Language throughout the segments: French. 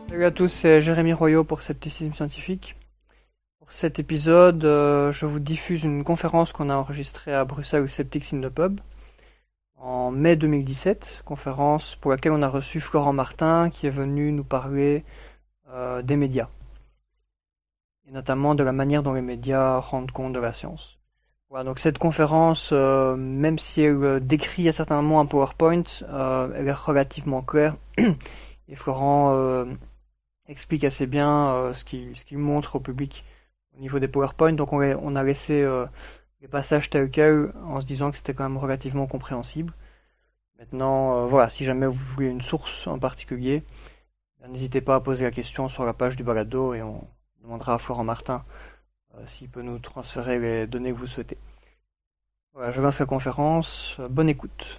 Salut à tous, c'est Jérémy Royot pour Scepticisme Scientifique. Pour cet épisode, je vous diffuse une conférence qu'on a enregistrée à Bruxelles au Skeptics in the Pub en mai 2017, conférence pour laquelle on a reçu Florent Martin qui est venu nous parler des médias, et notamment de la manière dont les médias rendent compte de la science. Voilà, donc cette conférence, même si elle décrit à certains moments un PowerPoint, elle est relativement claire, et Florent explique assez bien ce qu'il montre au public au niveau des PowerPoint. Donc on a laissé les passages tels quels en se disant que c'était quand même relativement compréhensible. Maintenant, voilà, si jamais vous voulez une source en particulier, n'hésitez pas à poser la question sur la page du balado et on demandera à Florent Martin s'il peut nous transférer les données que vous souhaitez. Voilà, je lance la conférence. Bonne écoute.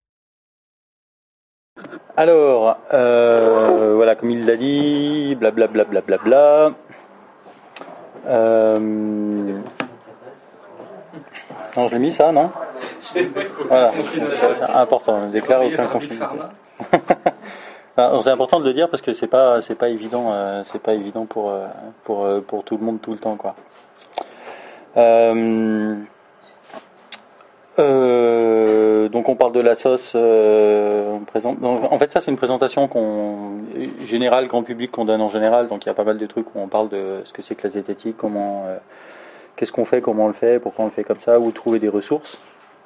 Alors, voilà, comme il l'a dit, blablabla. Non, je l'ai mis ça, non? Voilà, c'est important, ne déclare aucun conflit. Alors, c'est important de le dire parce que c'est pas évident, pour tout le monde tout le temps, quoi. Donc on parle de la sauce. En fait, ça c'est une présentation générale, grand public qu'on donne en général. Donc il y a pas mal de trucs où on parle de ce que c'est que la zététique, qu'est-ce qu'on fait, comment on le fait, pourquoi on le fait comme ça, où trouver des ressources.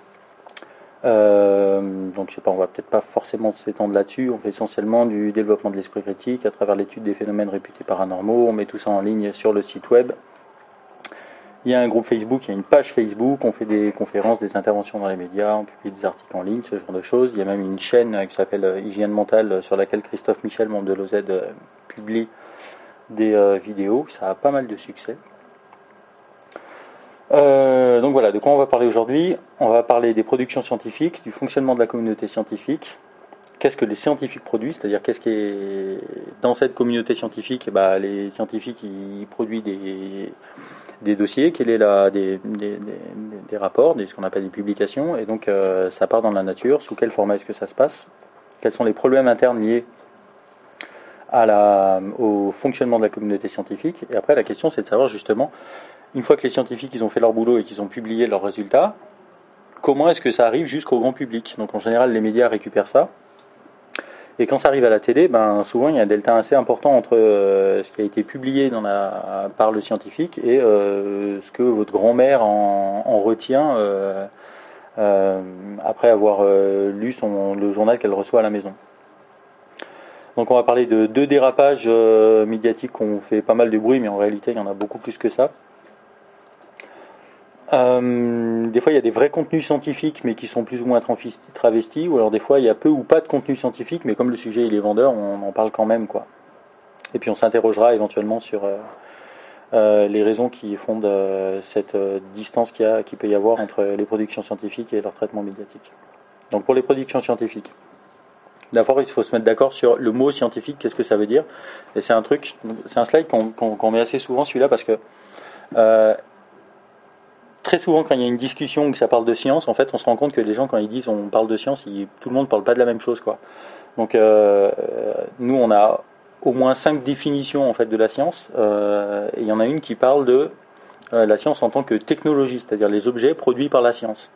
Donc je sais pas, on va peut-être pas forcément s'étendre là-dessus. On fait essentiellement du développement de l'esprit critique à travers l'étude des phénomènes réputés paranormaux. On met tout ça en ligne sur le site web. Il y a un groupe Facebook, il y a une page Facebook, on fait des conférences, des interventions dans les médias, on publie des articles en ligne, ce genre de choses. Il y a même une chaîne qui s'appelle Hygiène Mentale sur laquelle Christophe Michel, membre de l'OZ, publie des vidéos. Ça a pas mal de succès. Donc voilà, de quoi on va parler aujourd'hui? On va parler des productions scientifiques, du fonctionnement de la communauté scientifique. Qu'est-ce que les scientifiques produisent, c'est-à-dire qu'est-ce qui est dans cette communauté scientifique? Et bah, les scientifiques ils produisent des dossiers, quel est des rapports, ce qu'on appelle des publications, et donc ça part dans la nature. Sous quel format est-ce que ça se passe? Quels sont les problèmes internes liés au fonctionnement de la communauté scientifique? Et après la question c'est de savoir justement, une fois que les scientifiques ils ont fait leur boulot et qu'ils ont publié leurs résultats, comment est-ce que ça arrive jusqu'au grand public? Donc en général les médias récupèrent ça. Et quand ça arrive à la télé, ben souvent il y a un delta assez important entre ce qui a été publié par le scientifique et ce que votre grand-mère en retient après avoir lu le journal qu'elle reçoit à la maison. Donc on va parler de deux dérapages médiatiques qui ont fait pas mal de bruit, mais en réalité il y en a beaucoup plus que ça. Des fois il y a des vrais contenus scientifiques mais qui sont plus ou moins travestis, ou alors des fois il y a peu ou pas de contenu scientifique mais comme le sujet il est vendeur, on en parle quand même, quoi. Et puis on s'interrogera éventuellement sur les raisons qui fondent cette distance qu'il peut y avoir entre les productions scientifiques et leur traitement médiatique. Donc pour les productions scientifiques, d'abord il faut se mettre d'accord sur le mot scientifique, qu'est-ce que ça veut dire. Et c'est un slide qu'on met assez souvent, celui-là, parce que très souvent, quand il y a une discussion où ça parle de science, en fait, on se rend compte que les gens, quand ils disent on parle de science, tout le monde ne parle pas de la même chose, quoi. Donc, nous, on a au moins 5 définitions en fait de la science. Et il y en a une qui parle de la science en tant que technologie, c'est-à-dire les objets produits par la science.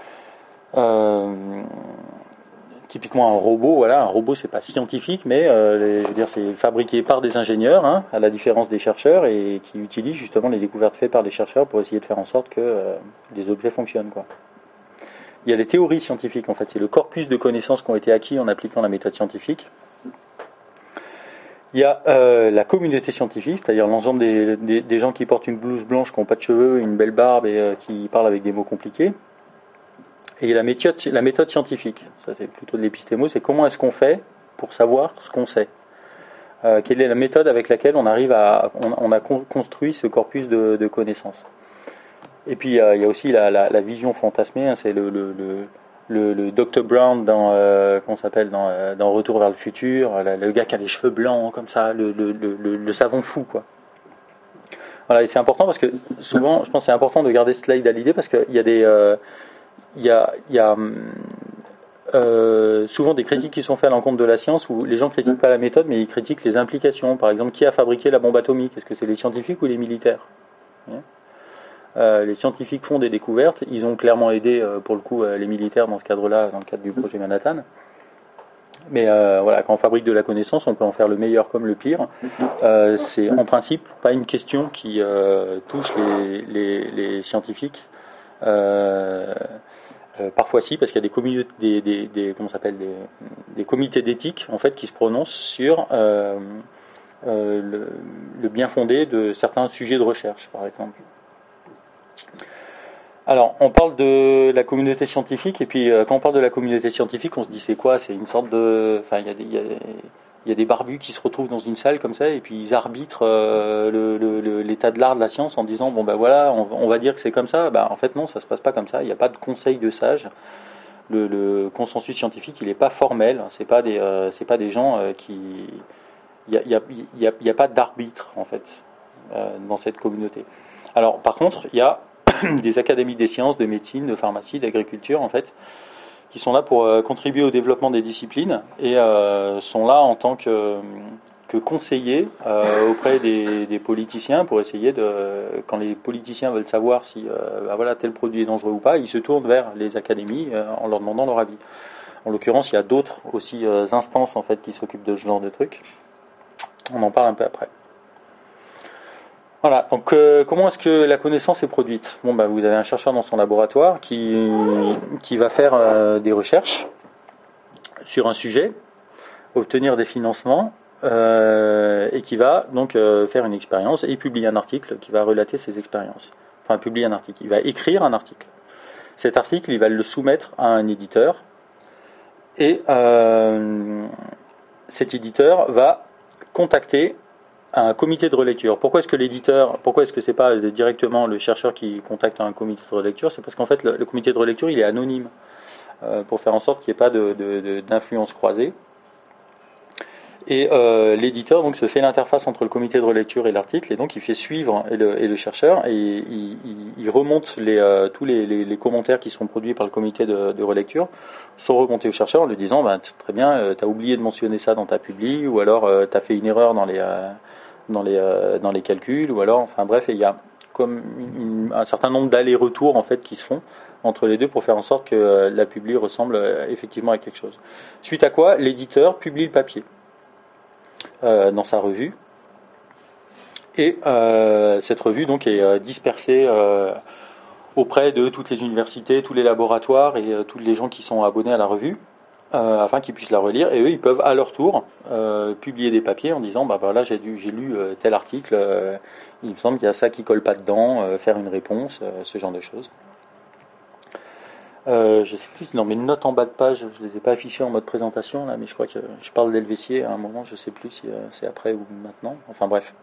Typiquement un robot c'est pas scientifique, mais je veux dire c'est fabriqué par des ingénieurs, hein, à la différence des chercheurs, et qui utilisent justement les découvertes faites par les chercheurs pour essayer de faire en sorte que les objets fonctionnent, quoi. Il y a les théories scientifiques, en fait, c'est le corpus de connaissances qui ont été acquis en appliquant la méthode scientifique. Il y a la communauté scientifique, c'est-à-dire l'ensemble des gens qui portent une blouse blanche, qui n'ont pas de cheveux, une belle barbe et qui parlent avec des mots compliqués. Et la méthode scientifique, ça c'est plutôt de l'épistémo, c'est comment est-ce qu'on fait pour savoir ce qu'on sait. Quelle est la méthode avec laquelle on a construit ce corpus de connaissances. Et puis il y a aussi la vision fantasmée, hein, c'est le Dr Brown dans Retour vers le futur, le gars qui a les cheveux blancs comme ça, le savant fou, quoi. Voilà, et c'est important parce que souvent, je pense que c'est important de garder ce slide à l'idée, parce qu'il y a souvent des critiques qui sont faites à l'encontre de la science où les gens critiquent pas la méthode, mais ils critiquent les implications. Par exemple, qui a fabriqué la bombe atomique? Est-ce que c'est les scientifiques ou les militaires? Les scientifiques font des découvertes. Ils ont clairement aidé, pour le coup, les militaires dans ce cadre-là, dans le cadre du projet Manhattan. Mais voilà, quand on fabrique de la connaissance, on peut en faire le meilleur comme le pire. C'est en principe pas une question qui touche les scientifiques. Parfois si, parce qu'il y a des comités d'éthique en fait qui se prononcent sur le bien fondé de certains sujets de recherche, par exemple. Alors, on parle de la communauté scientifique, et puis quand on parle de la communauté scientifique, on se dit c'est quoi? C'est une sorte de... Enfin, il y a des barbus qui se retrouvent dans une salle comme ça, et puis ils arbitrent l'état de l'art de la science en disant, bon ben voilà, on va dire que c'est comme ça. Ben, en fait non, ça se passe pas comme ça, il n'y a pas de conseil de sages. Le consensus scientifique, il n'est pas formel, c'est pas des gens qui... Il y a pas d'arbitre, en fait, dans cette communauté. Alors, par contre, il y a des académies des sciences, de médecine, de pharmacie, d'agriculture, en fait, qui sont là pour contribuer au développement des disciplines et sont là en tant que conseillers auprès des politiciens pour essayer quand les politiciens veulent savoir si voilà, tel produit est dangereux ou pas, ils se tournent vers les académies en leur demandant leur avis. En l'occurrence, il y a d'autres aussi instances en fait qui s'occupent de ce genre de trucs. On en parle un peu après. Voilà, donc comment est-ce que la connaissance est produite? Bon, bah, vous avez un chercheur dans son laboratoire qui va faire des recherches sur un sujet, obtenir des financements et qui va donc faire une expérience et publier un article qui va relater ses expériences. Enfin, publier un article, il va écrire un article. Cet article, il va le soumettre à un éditeur et cet éditeur va contacter un comité de relecture. Pourquoi est-ce que c'est pas directement le chercheur qui contacte un comité de relecture? C'est parce qu'en fait le comité de relecture il est anonyme pour faire en sorte qu'il n'y ait pas d'influence croisée. Et l'éditeur donc se fait l'interface entre le comité de relecture et l'article et donc il fait suivre et le chercheur et il remonte tous les commentaires qui sont produits par le comité de relecture sont remontés au chercheur en lui disant très bien, tu as oublié de mentionner ça dans ta publi ou alors tu as fait une erreur dans les calculs ou alors enfin bref, il y a comme un certain nombre d'allers-retours en fait qui se font entre les deux pour faire en sorte que la publi ressemble effectivement à quelque chose. Suite à quoi l'éditeur publie le papier dans sa revue et cette revue donc est dispersée auprès de toutes les universités, tous les laboratoires et tous les gens qui sont abonnés à la revue afin qu'ils puissent la relire et eux ils peuvent à leur tour publier des papiers en disant voilà j'ai lu tel article, il me semble qu'il y a ça qui colle pas dedans, faire une réponse, ce genre de choses. Je sais plus dans mes notes en bas de page, je les ai pas affichées en mode présentation là, mais je crois que je parle d'Helvétier à un moment, je sais plus si c'est après ou maintenant. Enfin bref.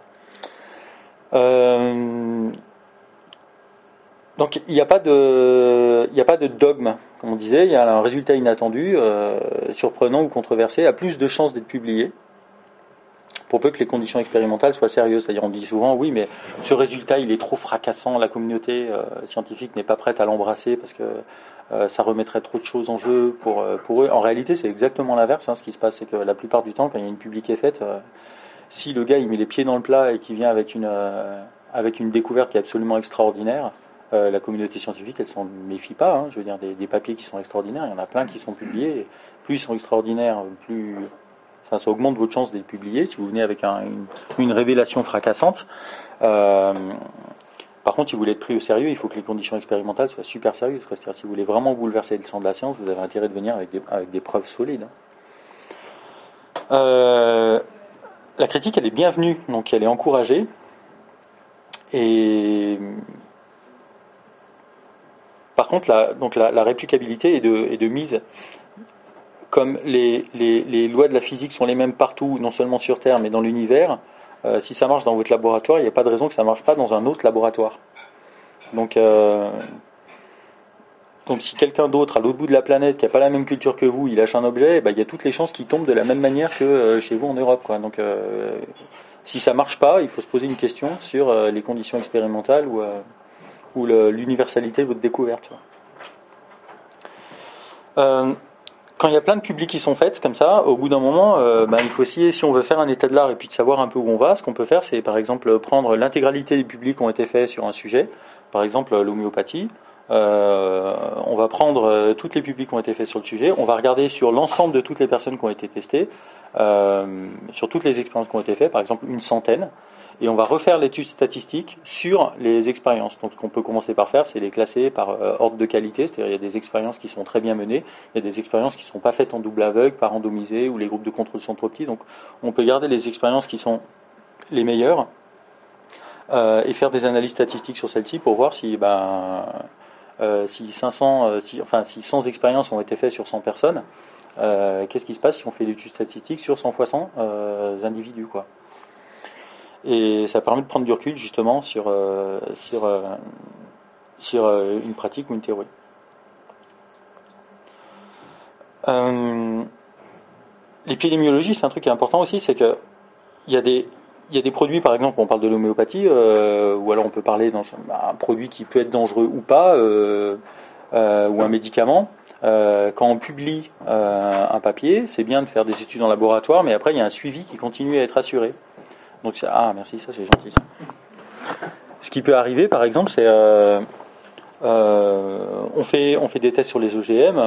Donc il n'y a pas de dogme, comme on disait, il y a un résultat inattendu, surprenant ou controversé, a plus de chances d'être publié, pour peu que les conditions expérimentales soient sérieuses. C'est-à-dire on dit souvent oui mais ce résultat il est trop fracassant, la communauté scientifique n'est pas prête à l'embrasser parce que ça remettrait trop de choses en jeu pour eux. En réalité c'est exactement l'inverse, ce qui se passe c'est que la plupart du temps quand il y a une publi qui est faite, si le gars il met les pieds dans le plat et qu'il vient avec une découverte qui est absolument extraordinaire, la communauté scientifique elle s'en méfie pas, je veux dire des papiers qui sont extraordinaires, il y en a plein qui sont publiés, plus ils sont extraordinaires, plus ça augmente votre chance d'être publié si vous venez avec une révélation fracassante. Par contre, si vous voulez être pris au sérieux, il faut que les conditions expérimentales soient super sérieuses. C'est-à-dire, si vous voulez vraiment bouleverser le champ de la science, vous avez intérêt de venir avec des preuves solides. La critique, elle est bienvenue, donc elle est encouragée. Et par contre, la réplicabilité est de mise. Comme les lois de la physique sont les mêmes partout, non seulement sur Terre, mais dans l'univers, si ça marche dans votre laboratoire, il n'y a pas de raison que ça ne marche pas dans un autre laboratoire. Donc si quelqu'un d'autre à l'autre bout de la planète qui n'a pas la même culture que vous, il lâche un objet, il y a toutes les chances qu'il tombe de la même manière que chez vous en Europe, quoi. Donc si ça ne marche pas, il faut se poser une question sur les conditions expérimentales ou l'universalité de votre découverte. quand il y a plein de publics qui sont faites comme ça, au bout d'un moment, il faut aussi, si on veut faire un état de l'art et puis de savoir un peu où on va, ce qu'on peut faire, c'est par exemple prendre l'intégralité des publics qui ont été faits sur un sujet, par exemple l'homéopathie. On va prendre toutes les publics qui ont été faits sur le sujet, on va regarder sur l'ensemble de toutes les personnes qui ont été testées, sur toutes les expériences qui ont été faites, par exemple une centaine, et on va refaire l'étude statistique sur les expériences. Donc ce qu'on peut commencer par faire, c'est les classer par ordre de qualité, c'est-à-dire il y a des expériences qui sont très bien menées, il y a des expériences qui ne sont pas faites en double aveugle, par randomisé, ou les groupes de contrôle sont trop petits, donc on peut garder les expériences qui sont les meilleures, et faire des analyses statistiques sur celles-ci pour voir si 100 expériences ont été faites sur 100 personnes, qu'est-ce qui se passe si on fait l'étude statistique sur 100 fois 100 individus, quoi. Et ça permet de prendre du recul justement sur une pratique ou une théorie. L'épidémiologie, c'est un truc qui est important aussi, c'est que il y a des produits, par exemple, on parle de l'homéopathie, ou alors on peut parler d'un produit qui peut être dangereux ou pas, ou un médicament. Quand on publie un papier, c'est bien de faire des études en laboratoire, mais après il y a un suivi qui continue à être assuré. Donc merci, ça c'est gentil. Ça. Ce qui peut arriver, par exemple, c'est on fait des tests sur les OGM.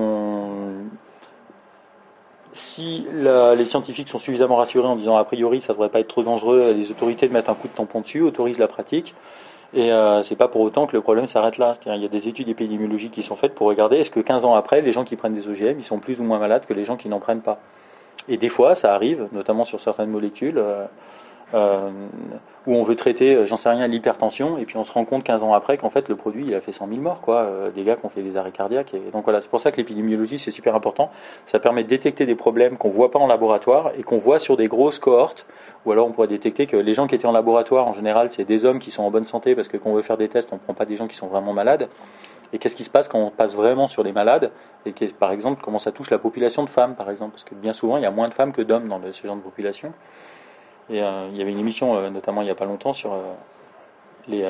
Si les scientifiques sont suffisamment rassurés en disant a priori ça devrait pas être trop dangereux, les autorités mettent un coup de tampon dessus, autorisent la pratique. Et c'est pas pour autant que le problème s'arrête là. C'est-à-dire il y a des études épidémiologiques qui sont faites pour regarder est-ce que 15 ans après, les gens qui prennent des OGM, ils sont plus ou moins malades que les gens qui n'en prennent pas. Et des fois, ça arrive, notamment sur certaines molécules, où on veut traiter, j'en sais rien, l'hypertension, et puis on se rend compte 15 ans après qu'en fait le produit il a fait 100 000 morts, quoi, des gars qui ont fait des arrêts cardiaques. Et donc voilà, c'est pour ça que l'épidémiologie c'est super important. Ça permet de détecter des problèmes qu'on voit pas en laboratoire et qu'on voit sur des grosses cohortes. Ou alors on pourrait détecter que les gens qui étaient en laboratoire en général c'est des hommes qui sont en bonne santé parce que quand on veut faire des tests on prend pas des gens qui sont vraiment malades. Et qu'est-ce qui se passe quand on passe vraiment sur les malades et que, par exemple, comment ça touche la population de femmes, par exemple, parce que bien souvent il y a moins de femmes que d'hommes dans ce genre de population. Et il y avait une émission, notamment il n'y a pas longtemps, sur les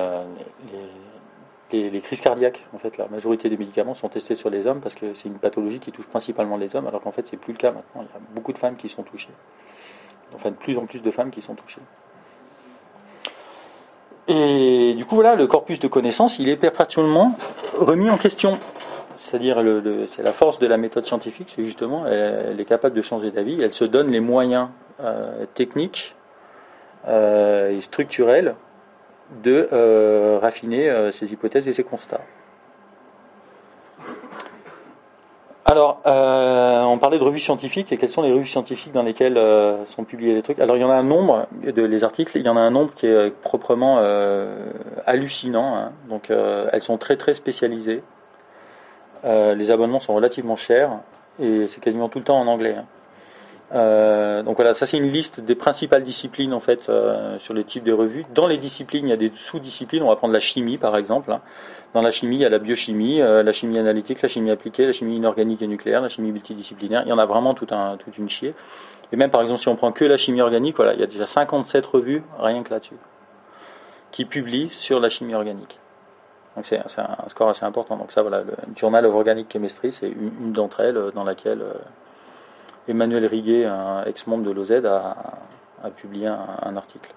crises cardiaques. En fait, la majorité des médicaments sont testés sur les hommes parce que c'est une pathologie qui touche principalement les hommes, alors qu'en fait c'est plus le cas maintenant. Il y a beaucoup de femmes qui sont touchées. Enfin, de plus en plus de femmes qui sont touchées. Et du coup, voilà, le corpus de connaissances, il est perpétuellement remis en question. C'est-à-dire, c'est la force de la méthode scientifique, c'est justement, elle est capable de changer d'avis, elle se donne les moyens techniques et structurels de raffiner ses hypothèses et ses constats. Alors, on parlait de revues scientifiques, et quelles sont les revues scientifiques dans lesquelles sont publiés les trucs. Alors, il y en a un nombre, les articles, il y en a un nombre qui est proprement hallucinant. Hein. Donc, elles sont très très spécialisées. Les abonnements sont relativement chers, et c'est quasiment tout le temps en anglais. Hein. Donc voilà, ça c'est une liste des principales disciplines en fait sur les types de revues. Dans les disciplines, il y a des sous-disciplines. On va prendre la chimie par exemple. Hein. Dans la chimie, il y a la biochimie, la chimie analytique, la chimie appliquée, la chimie inorganique et nucléaire, la chimie multidisciplinaire. Il y en a vraiment toute une chier. Et même par exemple, si on prend que la chimie organique, voilà, il y a déjà 57 revues rien que là-dessus qui publient sur la chimie organique. Donc c'est un score assez important. Donc ça, voilà, le Journal of Organic Chemistry, c'est une d'entre elles dans laquelle Emmanuel Riguet, un ex-membre de l'OZ, a publié un article.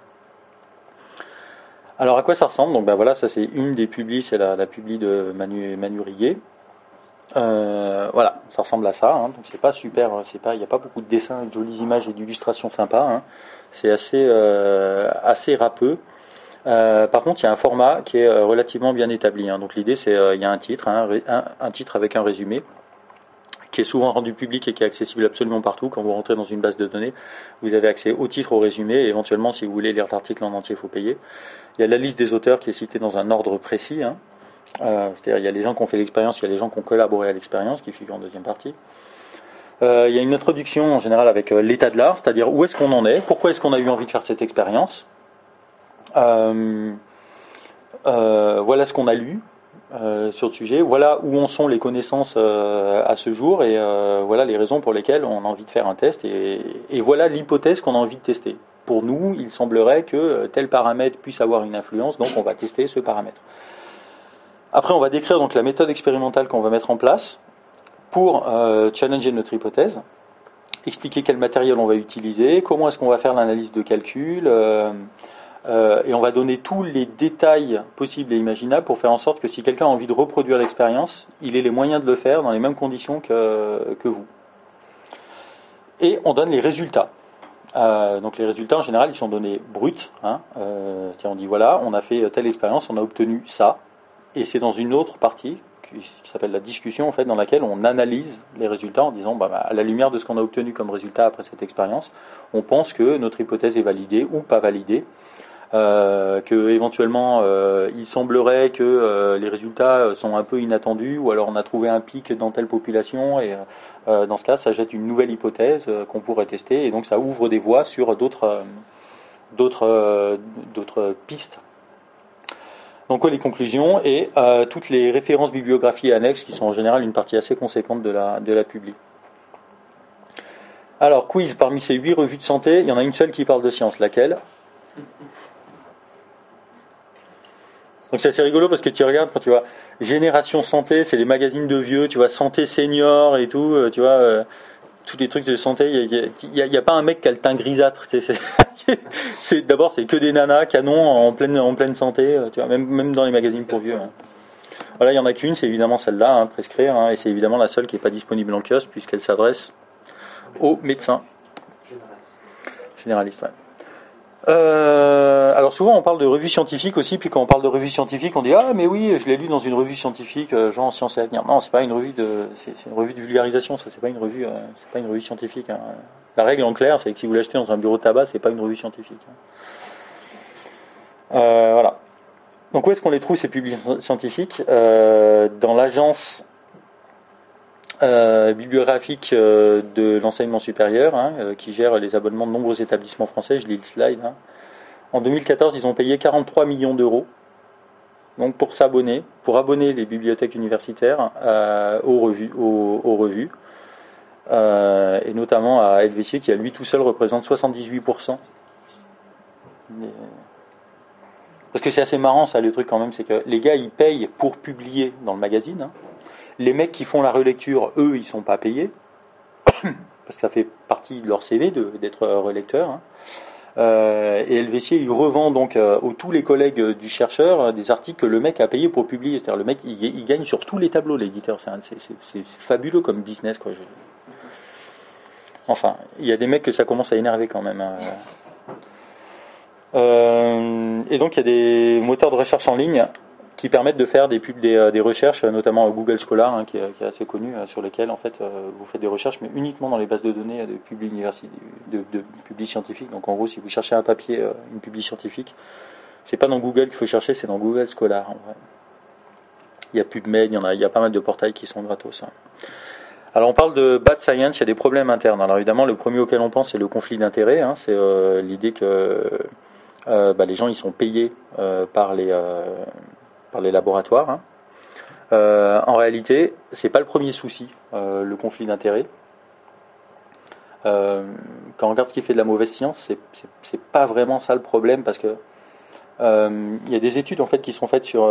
Alors à quoi ça ressemble? Donc voilà, ça c'est une des publis, c'est la publi de Manu Riguet. Voilà, ça ressemble à ça. Hein, donc c'est pas super, il n'y a pas beaucoup de dessins, de jolies images et d'illustrations sympas. Hein, c'est assez râpeux. Par contre, il y a un format qui est relativement bien établi. Hein, donc l'idée, c'est il y a un titre, un titre avec un résumé, qui est souvent rendu public et qui est accessible absolument partout. Quand vous rentrez dans une base de données, vous avez accès au titre, au résumé, et éventuellement, si vous voulez lire l'article en entier, il faut payer. Il y a la liste des auteurs qui est citée dans un ordre précis. Hein. C'est-à-dire, il y a les gens qui ont fait l'expérience, il y a les gens qui ont collaboré à l'expérience, qui figurent en deuxième partie. Il y a une introduction en général avec l'état de l'art, c'est-à-dire où est-ce qu'on en est, pourquoi est-ce qu'on a eu envie de faire cette expérience. Voilà ce qu'on a lu sur le sujet, voilà où en sont les connaissances à ce jour, et voilà les raisons pour lesquelles on a envie de faire un test, et voilà l'hypothèse qu'on a envie de tester. Pour nous, il semblerait que tel paramètre puisse avoir une influence, donc on va tester ce paramètre. Après, on va décrire donc la méthode expérimentale qu'on va mettre en place, pour challenger notre hypothèse, expliquer quel matériel on va utiliser, comment est-ce qu'on va faire l'analyse de calcul, et on va donner tous les détails possibles et imaginables pour faire en sorte que si quelqu'un a envie de reproduire l'expérience, il ait les moyens de le faire dans les mêmes conditions que vous. Et on donne les résultats. Donc les résultats en général ils sont donnés bruts. C'est-à-dire on dit voilà, on a fait telle expérience, on a obtenu ça, et c'est dans une autre partie qui s'appelle la discussion en fait, dans laquelle on analyse les résultats en disant à la lumière de ce qu'on a obtenu comme résultat après cette expérience, on pense que notre hypothèse est validée ou pas validée. Que éventuellement il semblerait que les résultats sont un peu inattendus, ou alors on a trouvé un pic dans telle population, et dans ce cas ça jette une nouvelle hypothèse qu'on pourrait tester, et donc ça ouvre des voies sur d'autres pistes. Donc les conclusions et toutes les références bibliographies annexes qui sont en général une partie assez conséquente de la publi. Alors quiz, parmi ces 8 revues de santé, il y en a une seule qui parle de science, laquelle ? Donc c'est assez rigolo parce que tu regardes quand tu vois Génération Santé, c'est les magazines de vieux, tu vois Santé Senior et tout, tu vois tous les trucs de santé, il y a pas un mec qui a le teint grisâtre, d'abord c'est que des nanas canons en pleine santé, tu vois, même dans les magazines pour vieux. Voilà, il y en a qu'une, c'est évidemment celle-là, Prescrire, et c'est évidemment la seule qui est pas disponible en kiosque puisqu'elle s'adresse aux médecins généralistes. Ouais. Alors souvent on parle de revues scientifiques aussi, puis quand on parle de revues scientifiques on dit ah mais oui je l'ai lu dans une revue scientifique genre Science et Avenir. Non, c'est pas une revue c'est une revue de vulgarisation, ça c'est pas une revue scientifique. La règle en clair c'est que si vous l'achetez dans un bureau de tabac c'est pas une revue scientifique. Voilà. Donc où est-ce qu'on les trouve ces publications scientifiques dans l'agence bibliographique de l'enseignement supérieur, qui gère les abonnements de nombreux établissements français. Je lis le slide. En 2014, ils ont payé 43 millions d'euros donc pour abonner les bibliothèques universitaires aux revues, et notamment à Helvétier qui à lui tout seul représente 78%. Parce que c'est assez marrant ça, le truc quand même, c'est que les gars ils payent pour publier dans le magazine. Les mecs qui font la relecture, eux, ils sont pas payés, parce que ça fait partie de leur CV d'être relecteur. Et Helvétier, il revend donc tous les collègues du chercheur des articles que le mec a payé pour publier. C'est-à-dire le mec, il gagne sur tous les tableaux, l'éditeur. C'est fabuleux comme business, quoi. Enfin, il y a des mecs que ça commence à énerver quand même. Et donc il y a des moteurs de recherche en ligne qui permettent de faire des recherches, notamment Google Scholar, qui est assez connu, sur lesquels en fait vous faites des recherches, mais uniquement dans les bases de données de publis scientifiques. Donc en gros, si vous cherchez un papier, une publi scientifique, c'est pas dans Google qu'il faut chercher, c'est dans Google Scholar. En vrai. Il y a PubMed, il y a pas mal de portails qui sont gratos. Alors on parle de bad science, il y a des problèmes internes. Alors évidemment, le premier auquel on pense, c'est le conflit d'intérêts. C'est l'idée que les gens ils sont payés par les laboratoires. En réalité, c'est pas le premier souci, le conflit d'intérêts. Quand on regarde ce qui fait de la mauvaise science, c'est pas vraiment ça le problème, parce que il y a des études en fait qui sont faites sur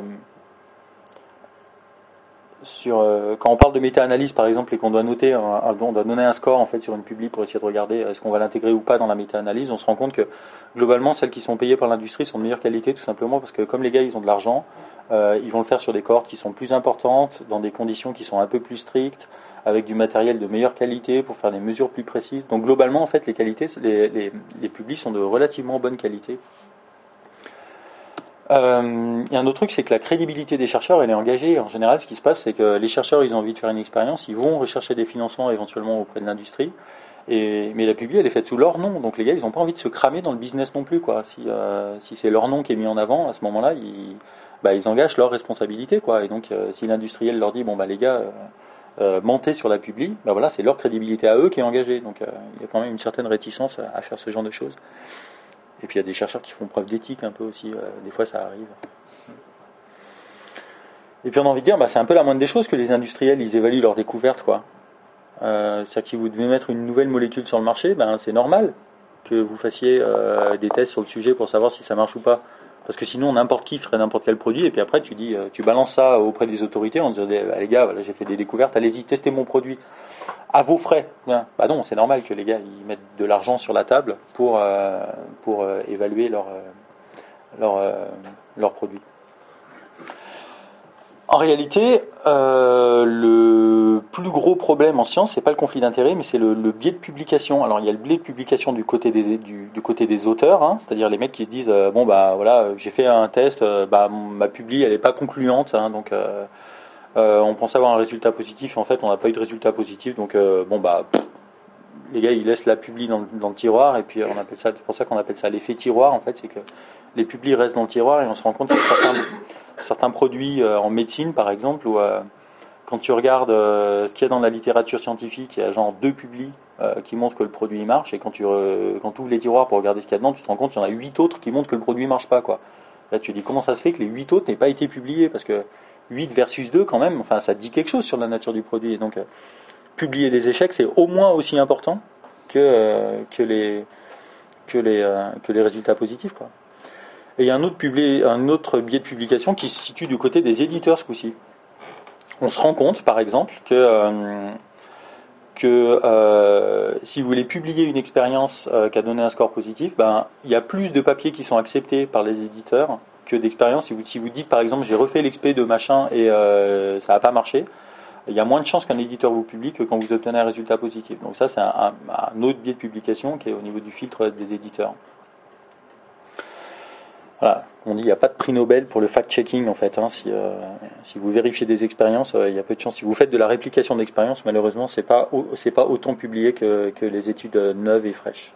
quand on parle de méta-analyse par exemple, et qu'on doit noter, on doit donner un score en fait sur une publi pour essayer de regarder est-ce qu'on va l'intégrer ou pas dans la méta-analyse, on se rend compte que globalement celles qui sont payées par l'industrie sont de meilleure qualité, tout simplement parce que comme les gars ils ont de l'argent, ils vont le faire sur des cohortes qui sont plus importantes, dans des conditions qui sont un peu plus strictes, avec du matériel de meilleure qualité pour faire des mesures plus précises. Donc globalement en fait les publis sont de relativement bonne qualité. Il y a un autre truc, c'est que la crédibilité des chercheurs elle est engagée. En général, ce qui se passe, c'est que les chercheurs ils ont envie de faire une expérience, ils vont rechercher des financements éventuellement auprès de l'industrie, mais la publi elle est faite sous leur nom, donc les gars ils n'ont pas envie de se cramer dans le business non plus, quoi. Si c'est leur nom qui est mis en avant, à ce moment-là ils engagent leur responsabilité, quoi. Et donc si l'industriel leur dit les gars mentez sur la publi, voilà, c'est leur crédibilité à eux qui est engagée. Donc il y a quand même une certaine réticence à faire ce genre de choses. Et puis il y a des chercheurs qui font preuve d'éthique un peu aussi, des fois ça arrive. Et puis on a envie de dire, c'est un peu la moindre des choses que les industriels ils évaluent leurs découvertes, quoi. C'est-à-dire que si vous devez mettre une nouvelle molécule sur le marché, c'est normal que vous fassiez des tests sur le sujet pour savoir si ça marche ou pas. Parce que sinon, n'importe qui ferait n'importe quel produit, et puis après, tu balances ça auprès des autorités en disant, les gars, voilà, j'ai fait des découvertes, allez-y, testez mon produit à vos frais. Bah non, c'est normal que les gars ils mettent de l'argent sur la table pour évaluer leur produit. En réalité, le plus gros problème en science, c'est pas le conflit d'intérêts, mais c'est le biais de publication. Alors il y a le biais de publication du côté des auteurs, hein, c'est-à-dire les mecs qui se disent bon bah voilà, j'ai fait un test, ma publi elle est pas concluante, hein, donc on pense avoir un résultat positif, en fait on n'a pas eu de résultat positif, donc les gars ils laissent la publi dans le tiroir, et puis on appelle ça, c'est pour ça qu'on appelle ça l'effet tiroir. En fait, c'est que les publis restent dans le tiroir et on se rend compte que certains produits en médecine par exemple, où quand tu regardes ce qu'il y a dans la littérature scientifique, il y a genre 2 publis qui montrent que le produit marche, et quand tu ouvres les tiroirs pour regarder ce qu'il y a dedans, tu te rends compte qu'il y en a 8 autres qui montrent que le produit marche pas, quoi. Là tu te dis comment ça se fait que les 8 autres n'aient pas été publiés, parce que 8 versus 2 quand même, enfin ça dit quelque chose sur la nature du produit. Et donc publier des échecs, c'est au moins aussi important que les résultats positifs, quoi. Et il y a un autre biais de publication qui se situe du côté des éditeurs ce coup-ci. On se rend compte, par exemple, que si vous voulez publier une expérience qui a donné un score positif, il y a plus de papiers qui sont acceptés par les éditeurs que d'expériences. Si vous dites, par exemple, j'ai refait l'expé de machin et ça n'a pas marché, il y a moins de chances qu'un éditeur vous publie que quand vous obtenez un résultat positif. Donc ça, c'est un autre biais de publication qui est au niveau du filtre des éditeurs. Voilà. On dit il n'y a pas de prix Nobel pour le fact-checking, en fait. Hein. Si vous vérifiez des expériences, il y a peu de chances. Si vous faites de la réplication d'expériences, malheureusement, c'est pas autant publié que les études neuves et fraîches.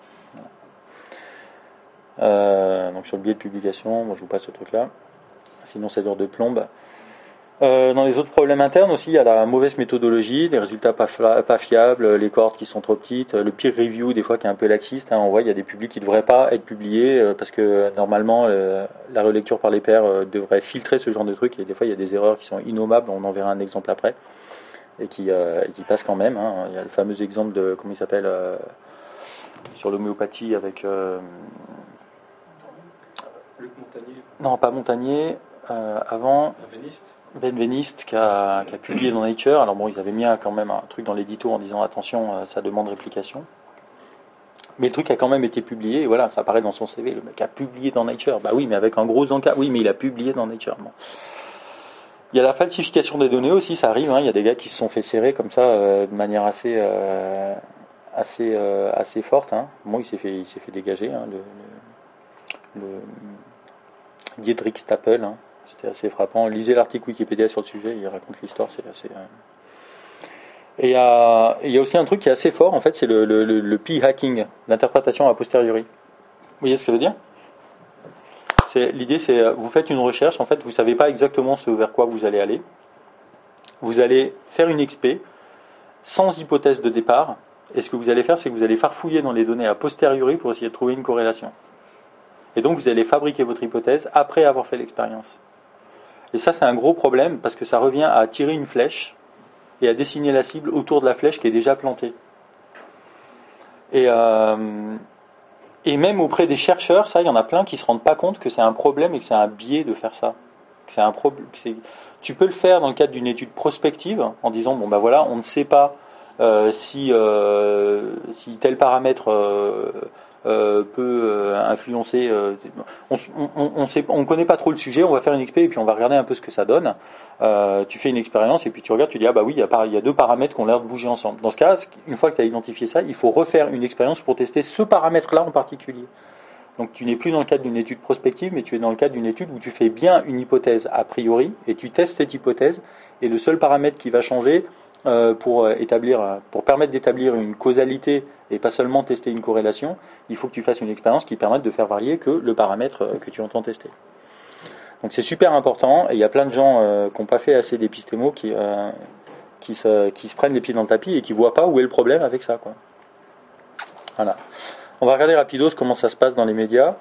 Voilà. Donc sur le biais de publication, je vous passe ce truc-là. Sinon, c'est d'heure de plombe. Dans les autres problèmes internes aussi, il y a la mauvaise méthodologie, des résultats pas fiables, les cohortes qui sont trop petites, le peer review des fois qui est un peu laxiste. Hein, on voit il y a des publics qui ne devraient pas être publiés parce que normalement la relecture par les pairs devrait filtrer ce genre de trucs, et des fois il y a des erreurs qui sont innommables, on en verra un exemple après, et qui passent quand même. Hein. Il y a le fameux exemple de, comment il s'appelle, sur l'homéopathie avec... Luc Montagnier. Non, pas Montagnier, avant... Ben Veniste qui a publié dans Nature. Alors bon, ils avaient mis quand même un truc dans l'édito en disant attention, ça demande réplication. Mais le truc a quand même été publié, et voilà, ça apparaît dans son CV. Le mec a publié dans Nature. Bah oui, mais avec un gros encart. Oui, mais il a publié dans Nature. Bon. Il y a la falsification des données aussi, ça arrive. Hein. Il y a des gars qui se sont fait serrer comme ça de manière assez forte. Hein. Bon, il s'est fait dégager. Hein, le Diederik Stapel. Hein. C'était assez frappant. Lisez l'article Wikipédia sur le sujet, il raconte l'histoire, c'est assez... Et il y a aussi un truc qui est assez fort, en fait, c'est le p-hacking, l'interprétation a posteriori. Vous voyez ce que ça veut dire ? L'idée, c'est vous faites une recherche, en fait, vous ne savez pas exactement ce vers quoi vous allez aller. Vous allez faire une expé sans hypothèse de départ, et ce que vous allez faire, c'est que vous allez farfouiller dans les données a posteriori pour essayer de trouver une corrélation. Et donc, vous allez fabriquer votre hypothèse après avoir fait l'expérience. Et ça, c'est un gros problème parce que ça revient à tirer une flèche et à dessiner la cible autour de la flèche qui est déjà plantée. Et même auprès des chercheurs, ça, il y en a plein qui ne se rendent pas compte que c'est un problème et que c'est un biais de faire ça. Tu peux le faire dans le cadre d'une étude prospective en disant bon ben voilà, on ne sait pas si tel paramètre peut influencer. On connaît pas trop le sujet, on va faire une expé et puis on va regarder un peu ce que ça donne. Tu fais une expérience et puis tu regardes, tu dis ah bah oui, il y a 2 paramètres qui ont l'air de bouger ensemble. Dans ce cas, une fois que tu as identifié ça, il faut refaire une expérience pour tester ce paramètre-là en particulier. Donc tu n'es plus dans le cadre d'une étude prospective, mais tu es dans le cadre d'une étude où tu fais bien une hypothèse a priori et tu testes cette hypothèse, et le seul paramètre qui va changer pour permettre d'établir une causalité et pas seulement tester une corrélation, il faut que tu fasses une expérience qui permette de faire varier que le paramètre que tu entends tester. Donc c'est super important, et il y a plein de gens qui n'ont pas fait assez d'épistémo qui se prennent les pieds dans le tapis et qui ne voient pas où est le problème avec ça, quoi. Voilà. On va regarder rapidos comment ça se passe dans les médias.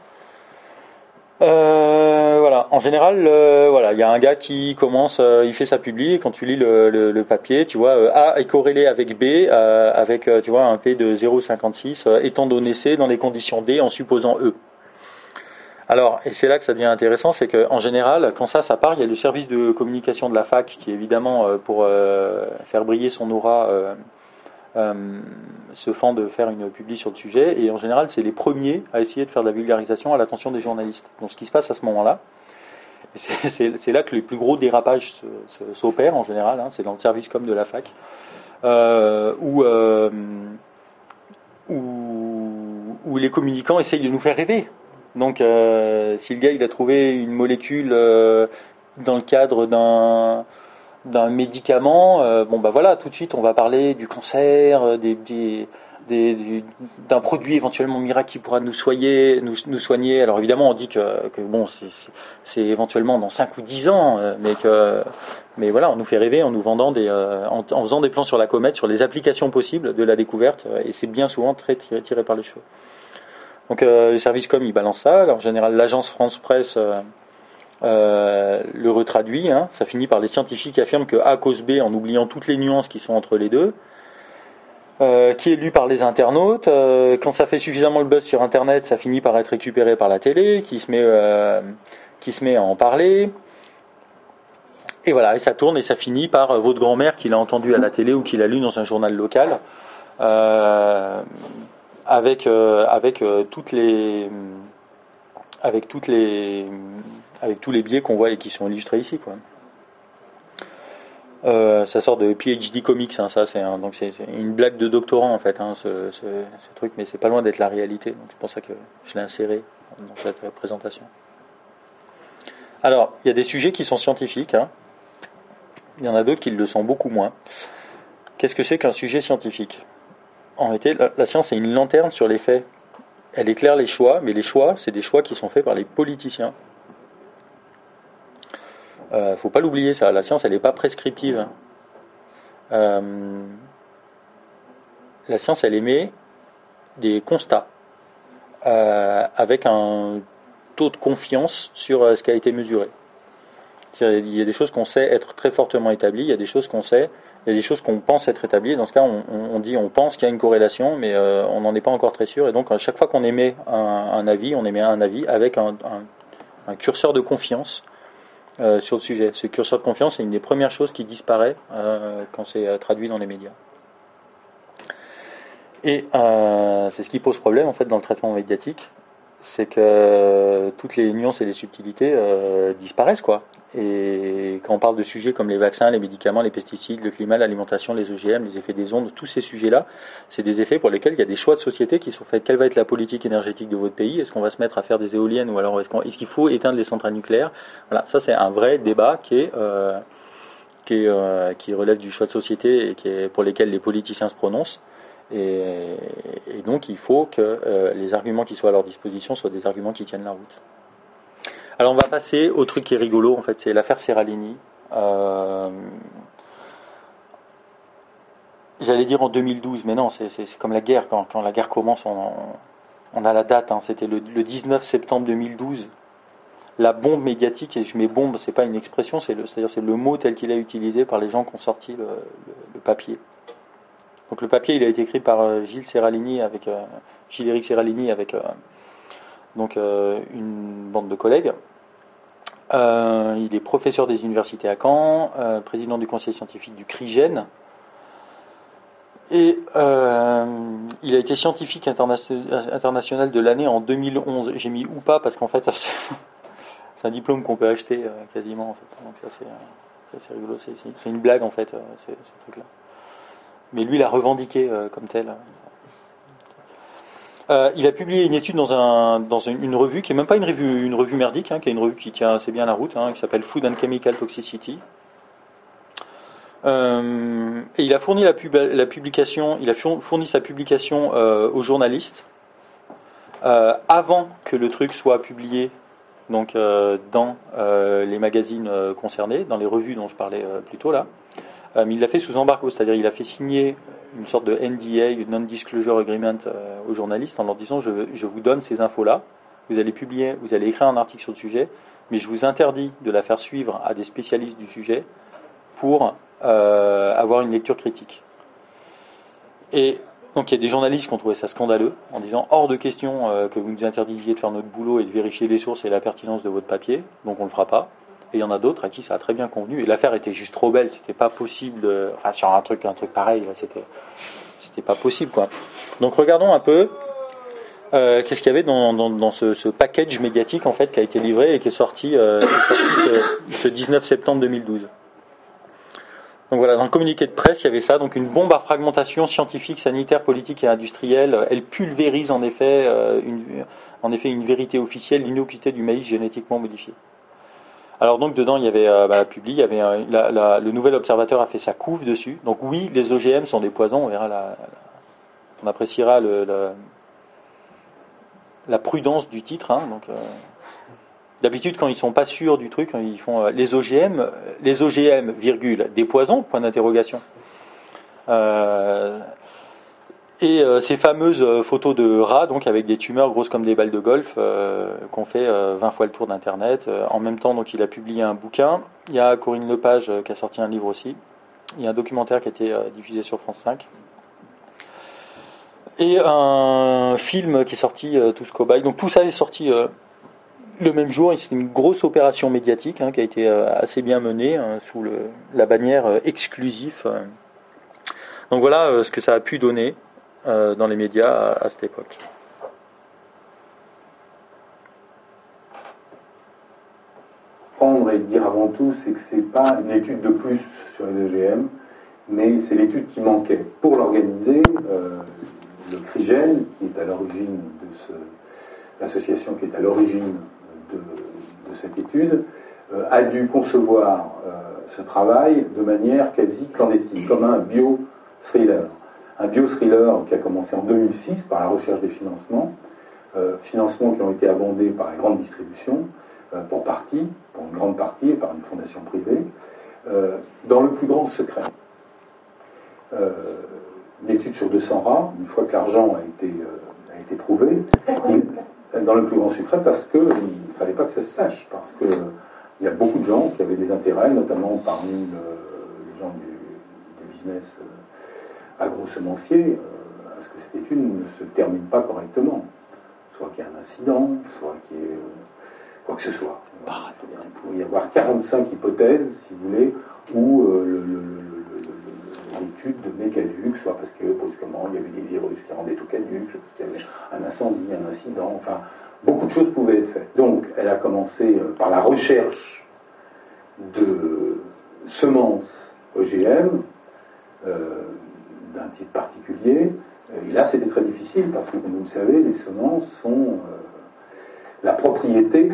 Voilà. En général, voilà, il y a un gars qui commence, il fait sa publi, et quand tu lis le papier, tu vois, A est corrélé avec B, avec tu vois un P de 0,56, étant donné C dans les conditions D en supposant E. Alors, et c'est là que ça devient intéressant, c'est qu'en général, quand ça part, il y a le service de communication de la fac qui, évidemment, pour faire briller son aura, se fend de faire une publi sur le sujet. Et en général, c'est les premiers à essayer de faire de la vulgarisation à l'attention des journalistes. Donc, ce qui se passe à ce moment-là, et c'est là que les plus gros dérapages s'opèrent en général, hein, c'est dans le service com de la fac, où les communicants essayent de nous faire rêver. Donc, si le gars il a trouvé une molécule dans le cadre d'un médicament, bon bah voilà, tout de suite on va parler du cancer, d'un produit éventuellement miracle qui pourra nous soigner. Alors évidemment on dit que bon c'est éventuellement dans 5 ou 10 ans, mais voilà, on nous fait rêver en nous vendant en faisant des plans sur la comète, sur les applications possibles de la découverte, et c'est bien souvent très tiré par les cheveux. Donc le service com il balance ça. Alors, en général l'agence France Presse le retraduit, hein. Ça finit par les scientifiques qui affirment que A cause B en oubliant toutes les nuances qui sont entre les deux, qui est lu par les internautes. Quand ça fait suffisamment le buzz sur internet, ça finit par être récupéré par la télé qui se met à en parler. Et voilà, et ça tourne et ça finit par votre grand-mère qui l'a entendu à la télé ou qui l'a lu dans un journal local. Avec tous les biais qu'on voit et qui sont illustrés ici, quoi. Ça sort de PhD Comics, hein, ça c'est une blague de doctorant en fait, hein, ce truc, mais c'est pas loin d'être la réalité. Donc c'est pour ça que je l'ai inséré dans cette présentation. Alors il y a des sujets qui sont scientifiques, hein. Il y en a d'autres qui le sont beaucoup moins. Qu'est-ce que c'est qu'un sujet scientifique ? En réalité, la science est une lanterne sur les faits. Elle éclaire les choix, mais les choix, c'est des choix qui sont faits par les politiciens. Faut pas l'oublier ça. La science, elle n'est pas prescriptive. La science, elle émet des constats avec un taux de confiance sur ce qui a été mesuré. Il y a des choses qu'on sait être très fortement établies, il y a des choses qu'on sait. Il y a des choses qu'on pense être établies. Dans ce cas, on pense qu'il y a une corrélation, mais on n'en est pas encore très sûr. Et donc, à chaque fois qu'on émet un avis, on émet un avis avec un curseur de confiance sur le sujet. Ce curseur de confiance est une des premières choses qui disparaît quand c'est traduit dans les médias. Et c'est ce qui pose problème en fait dans le traitement médiatique, c'est que toutes les nuances et les subtilités disparaissent, quoi. Et quand on parle de sujets comme les vaccins, les médicaments, les pesticides, le climat, l'alimentation, les OGM, les effets des ondes, tous ces sujets-là, c'est des effets pour lesquels il y a des choix de société qui sont faits. Quelle va être la politique énergétique de votre pays ? Est-ce qu'on va se mettre à faire des éoliennes ou alors est-ce qu'il faut éteindre les centrales nucléaires ? Voilà, ça c'est un vrai débat qui relève du choix de société et pour lesquels les politiciens se prononcent. Et donc il faut que les arguments qui soient à leur disposition soient des arguments qui tiennent la route. Alors on va passer au truc qui est rigolo, en fait, c'est l'affaire Seralini. J'allais dire en 2012, mais non, c'est comme la guerre, quand la guerre commence, on a la date, hein, c'était le 19 septembre 2012. La bombe médiatique, et je mets bombe, c'est pas une expression, c'est-à-dire c'est le mot tel qu'il est utilisé par les gens qui ont sorti le papier. Donc le papier, il a été écrit par Gilles Éric Seralini avec une bande de collègues. Il est professeur des universités à Caen, président du conseil scientifique du CRIGEN, et il a été scientifique international de l'année en 2011. J'ai mis ou pas parce qu'en fait c'est un diplôme qu'on peut acheter quasiment, en fait. Donc ça c'est rigolo, c'est une blague en fait, ce truc-là. Mais lui, il a revendiqué comme tel. Il a publié une étude dans une revue qui est même pas une revue merdique, hein, qui est une revue qui tient assez bien la route, hein, qui s'appelle Food and Chemical Toxicity. Et il a fourni sa publication aux journalistes avant que le truc soit publié, donc dans les magazines concernés, dans les revues dont je parlais plus tôt là. Mais il l'a fait sous embargo, c'est-à-dire il a fait signer une sorte de NDA, une Non-Disclosure Agreement aux journalistes en leur disant je vous donne ces infos-là, vous allez écrire un article sur le sujet, mais je vous interdis de la faire suivre à des spécialistes du sujet pour avoir une lecture critique. Et Donc il y a des journalistes qui ont trouvé ça scandaleux, en disant hors de question que vous nous interdisiez de faire notre boulot et de vérifier les sources et la pertinence de votre papier, donc on le fera pas. Et il y en a d'autres à qui ça a très bien convenu. Et l'affaire était juste trop belle, c'était pas possible enfin sur un truc pareil, c'était pas possible quoi. Donc regardons un peu qu'est-ce qu'il y avait dans ce package médiatique en fait qui a été livré et qui est sorti ce 19 septembre 2012. Donc voilà, dans le communiqué de presse, il y avait ça, donc une bombe à fragmentation scientifique, sanitaire, politique et industrielle. Elle pulvérise en effet une vérité officielle, l'innocuité du maïs génétiquement modifié. Alors donc dedans, il y avait il y avait le Nouvel Observateur a fait sa couve dessus. Donc oui, les OGM sont des poisons, on verra on appréciera la prudence du titre. Donc, d'habitude, quand ils sont pas sûrs du truc, ils font les OGM, virgule, des poisons, point d'interrogation. Ces fameuses photos de rats, donc avec des tumeurs grosses comme des balles de golf, qu'on fait 20 fois le tour d'Internet. En même temps, donc, il a publié un bouquin. Il y a Corinne Lepage qui a sorti un livre aussi. Il y a un documentaire qui a été diffusé sur France 5. Et un film qui est sorti, Tous Cobayes. Donc tout ça est sorti le même jour. C'est une grosse opération médiatique qui a été assez bien menée sous la bannière exclusif. Donc voilà ce que ça a pu donner dans les médias à cette époque. Prendre et dire avant tout, c'est que c'est pas une étude de plus sur les OGM, mais c'est l'étude qui manquait. Pour l'organiser, le CRIGEN, qui est à l'origine l'association qui est à l'origine de cette étude, a dû concevoir ce travail de manière quasi clandestine, comme un bio-thriller. Un bio-thriller qui a commencé en 2006 par la recherche des financements qui ont été abondés par la grande distribution, pour une grande partie, et par une fondation privée, dans le plus grand secret. Une étude sur 200 rats, une fois que l'argent a été trouvé, dans le plus grand secret parce qu'il ne fallait pas que ça se sache, parce qu'il y a beaucoup de gens qui avaient des intérêts, notamment parmi les gens du business agro-semencier, à ce que cette étude ne se termine pas correctement. Soit qu'il y ait un incident, soit qu'il y ait quoi que ce soit. Il pourrait y avoir 45 hypothèses, si vous voulez, où l'étude devenait caduque, soit parce que brusquement il y avait des virus qui rendaient tout caduque, soit parce qu'il y avait un incendie, un incident, enfin, beaucoup de choses pouvaient être faites. Donc, elle a commencé par la recherche de semences OGM d'un type particulier. Et là, c'était très difficile parce que, comme vous le savez, les semences sont la propriété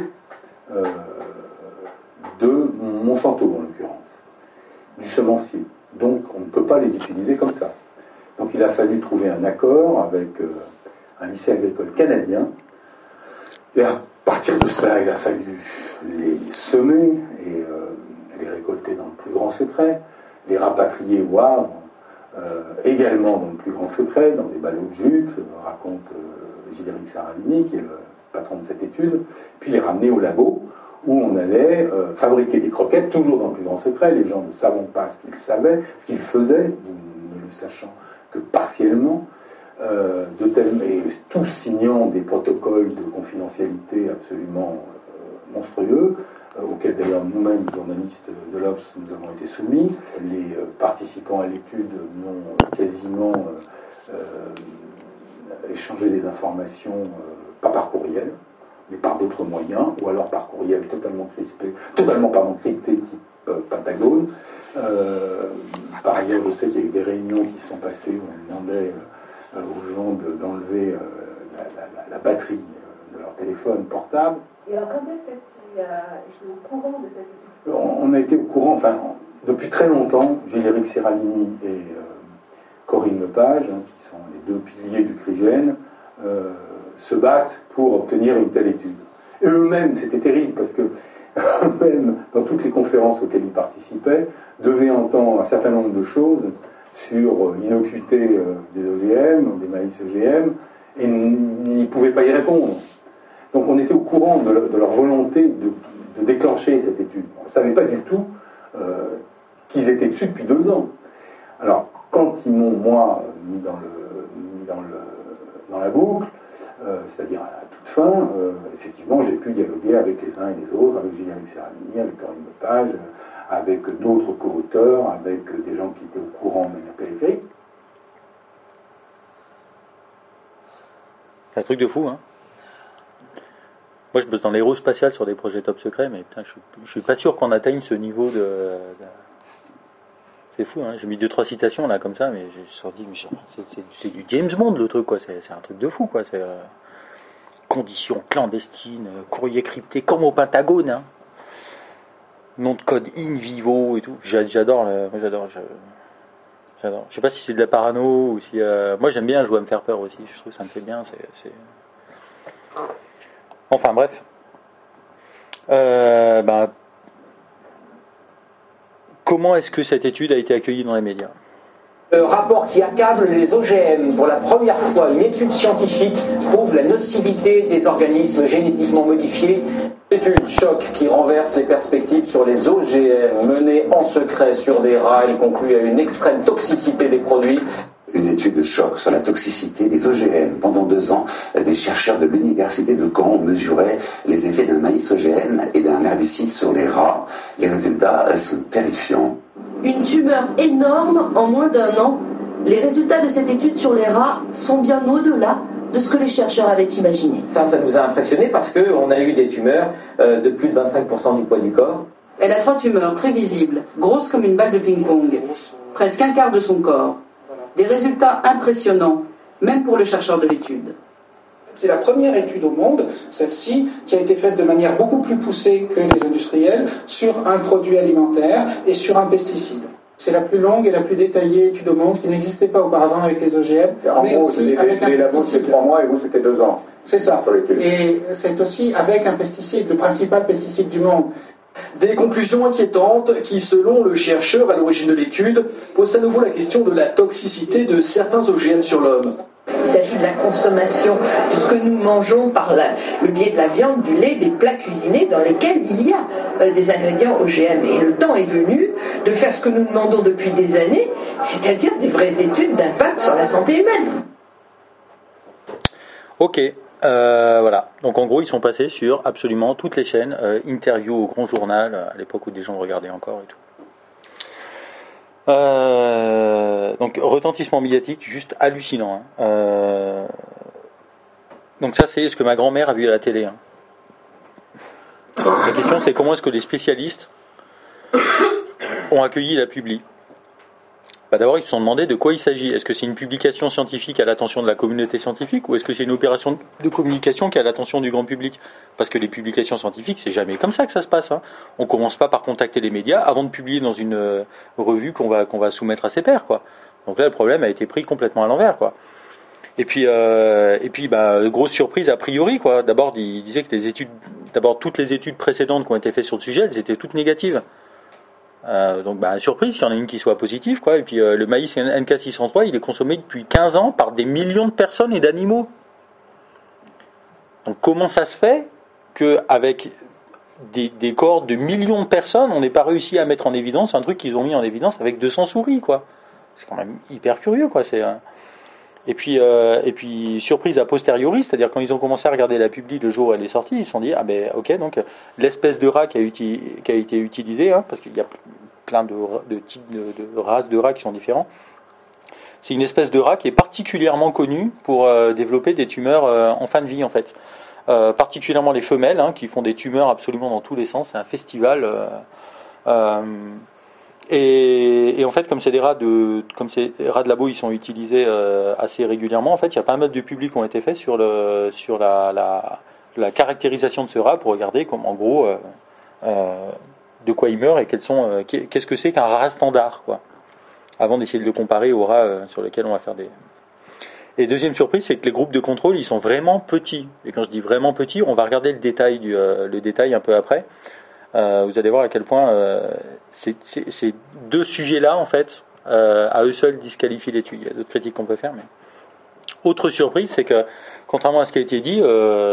de Monsanto, en l'occurrence, du semencier. Donc, on ne peut pas les utiliser comme ça. Donc, il a fallu trouver un accord avec un lycée agricole canadien. Et à partir de cela, il a fallu les semer et les récolter dans le plus grand secret, les rapatrier au Havre, également dans le plus grand secret, dans des ballots de jute, raconte Gilles-Éric Saralini, qui est le patron de cette étude, puis les ramener au labo, où on allait fabriquer des croquettes, toujours dans le plus grand secret. Les gens ne savant pas ce qu'ils savaient, ce qu'ils faisaient, ne le sachant que partiellement, et tous signant des protocoles de confidentialité absolument monstrueux, auxquels d'ailleurs nous-mêmes, journalistes de l'Obs, nous avons été soumis. Les participants à l'étude n'ont quasiment échangé des informations, pas par courriel, mais par d'autres moyens, ou alors par courriel totalement crypté, type Pentagone. Par ailleurs, je sais qu'il y a eu des réunions qui se sont passées où on demandait aux gens d'enlever la batterie de leur téléphone portable. Et alors, quand est-ce que tu es au courant de cette étude ? On a été au courant, depuis très longtemps, Gilles-Éric Serralini et Corinne Lepage, qui sont les deux piliers du CRIGEN, se battent pour obtenir une telle étude. Et eux-mêmes, c'était terrible, parce que eux-mêmes, dans toutes les conférences auxquelles ils participaient, devaient entendre un certain nombre de choses sur l'innocuité des OGM, des maïs OGM, et n'y pouvaient pas y répondre. Donc on était au courant de leur volonté de déclencher cette étude. On ne savait pas du tout qu'ils étaient dessus depuis 2 ans. Alors, quand ils m'ont, moi, mis dans la boucle, c'est-à-dire à toute fin, effectivement, j'ai pu dialoguer avec les uns et les autres, avec Julien Serralini, avec Corinne Lepage, avec d'autres co-auteurs, avec des gens qui étaient au courant de manière périphérique. C'est un truc de fou, hein. Moi, je bosse dans l'aérospatial sur des projets top secrets, mais putain, je suis pas sûr qu'on atteigne ce niveau de... C'est fou, hein. J'ai mis 2-3 citations là comme ça, mais j'ai sorti, c'est du James Bond le truc, quoi. C'est un truc de fou, quoi. C'est conditions clandestines, courrier crypté, comme au Pentagone, hein. Nom de code in vivo et tout. J'adore. Je sais pas si c'est de la parano ou si. Moi, j'aime bien jouer à me faire peur aussi. Je trouve que ça me fait bien. Enfin bref. Comment est-ce que cette étude a été accueillie dans les médias ? Rapport qui accable les OGM. Pour la première fois, une étude scientifique prouve la nocivité des organismes génétiquement modifiés. Étude choc qui renverse les perspectives sur les OGM menée en secret sur des rats. Elle conclut à une extrême toxicité des produits. Une étude de choc sur la toxicité des OGM. Pendant 2 ans, des chercheurs de l'université de Caen mesuraient les effets d'un maïs OGM et d'un herbicide sur les rats. Les résultats sont terrifiants. Une tumeur énorme en moins d'1 an. Les résultats de cette étude sur les rats sont bien au-delà de ce que les chercheurs avaient imaginé. Ça nous a impressionnés parce qu'on a eu des tumeurs de plus de 25% du poids du corps. Elle a 3 tumeurs très visibles, grosses comme une balle de ping-pong, presque 1/4 de son corps. Des résultats impressionnants, même pour le chercheur de l'étude. C'est la première étude au monde, celle-ci, qui a été faite de manière beaucoup plus poussée que les industriels, sur un produit alimentaire et sur un pesticide. C'est la plus longue et la plus détaillée étude au monde qui n'existait pas auparavant avec les OGM, mais aussi avec un pesticide. Les 3 mois et vous c'était 2 ans. C'est ça. Et c'est aussi avec un pesticide, le principal pesticide du monde. Des conclusions inquiétantes qui, selon le chercheur à l'origine de l'étude, posent à nouveau la question de la toxicité de certains OGM sur l'homme. Il s'agit de la consommation de ce que nous mangeons par le biais de la viande, du lait, des plats cuisinés dans lesquels il y a des ingrédients OGM. Et le temps est venu de faire ce que nous demandons depuis des années, c'est-à-dire des vraies études d'impact sur la santé humaine. Ok. Voilà. Donc en gros, ils sont passés sur absolument toutes les chaînes, interview au Grand Journal, à l'époque où des gens regardaient encore et tout. Donc retentissement médiatique juste hallucinant, hein. Donc ça c'est ce que ma grand-mère a vu à la télé, hein. La question c'est comment est-ce que les spécialistes ont accueilli la publi. D'abord ils se sont demandé de quoi il s'agit. Est-ce que c'est une publication scientifique à l'attention de la communauté scientifique ou est-ce que c'est une opération de communication qui est à l'attention du grand public ? Parce que les publications scientifiques, c'est jamais comme ça que ça se passe, hein. On commence pas par contacter les médias avant de publier dans une revue qu'on va soumettre à ses pairs, quoi. Donc là, le problème a été pris complètement à l'envers, quoi. Et puis, grosse surprise a priori, quoi. D'abord, il disait que toutes les études précédentes qui ont été faites sur le sujet, elles étaient toutes négatives. Donc surprise qu'il y en a une qui soit positive, quoi. Et puis le maïs NK603 il est consommé depuis 15 ans par des millions de personnes et d'animaux. Donc comment ça se fait qu'avec des cohortes de millions de personnes on n'ait pas réussi à mettre en évidence un truc qu'ils ont mis en évidence avec 200 souris, quoi. C'est quand même hyper curieux, quoi. Et puis surprise a posteriori, c'est-à-dire quand ils ont commencé à regarder la publi le jour où elle est sortie, ils se sont dit ok, donc l'espèce de rat qui a été utilisée, hein, parce qu'il y a plein de types de races de rats qui sont différents. C'est une espèce de rat qui est particulièrement connue pour développer des tumeurs en fin de vie, en fait. Particulièrement les femelles, hein, qui font des tumeurs absolument dans tous les sens. C'est un festival. Et en fait, comme ces rats de labo, ils sont utilisés assez régulièrement. En fait, il y a pas mal de publics qui ont été faits sur la caractérisation de ce rat pour regarder comme en gros de quoi il meurt et qu'est-ce que c'est qu'un rat standard, quoi. Avant d'essayer de le comparer aux rats sur lesquels on va faire des. Et deuxième surprise, c'est que les groupes de contrôle, ils sont vraiment petits. Et quand je dis vraiment petits, on va regarder le détail un peu après. Vous allez voir à quel point ces 2 sujets-là, en fait, à eux seuls disqualifient l'étude. Il y a d'autres critiques qu'on peut faire, mais autre surprise, c'est que contrairement à ce qui a été dit,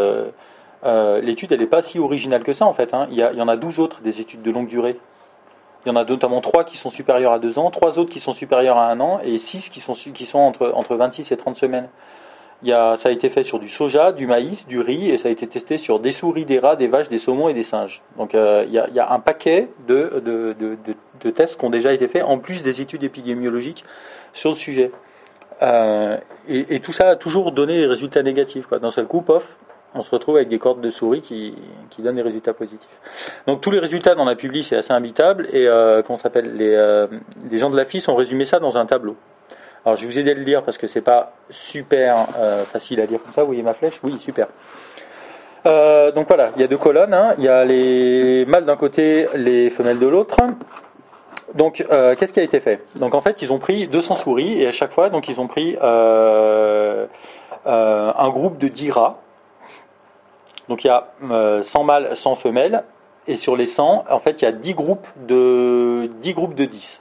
l'étude elle n'est pas si originale que ça, en fait, hein. Il y en a 12 autres des études de longue durée Il y en a notamment 3 qui sont supérieurs à 2 ans, 3 autres qui sont supérieurs à 1 an, et 6 qui sont entre 26 et 30 semaines. Ça a été fait sur du soja, du maïs, du riz, et ça a été testé sur des souris, des rats, des vaches, des saumons et des singes. Donc il y a un paquet de tests qui ont déjà été faits, en plus des études épidémiologiques sur le sujet. Et tout ça a toujours donné des résultats négatifs, quoi. D'un seul coup, pof, on se retrouve avec des cohortes de souris qui donnent des résultats positifs. Donc tous les résultats dans la publi, c'est assez imbitable, et les gens de l'AFIS ont résumé ça dans un tableau. Alors je vais vous aider à le lire parce que c'est pas super facile à lire comme ça. Vous voyez ma flèche ? Oui, super. Donc voilà, il y a 2 colonnes, hein. Il y a les mâles d'un côté, les femelles de l'autre. Donc qu'est-ce qui a été fait ? Donc en fait, ils ont pris 200 souris, et à chaque fois, donc ils ont pris un groupe de 10 rats. Donc il y a 100 mâles, 100 femelles, et sur les 100, en fait, il y a 10 groupes de 10.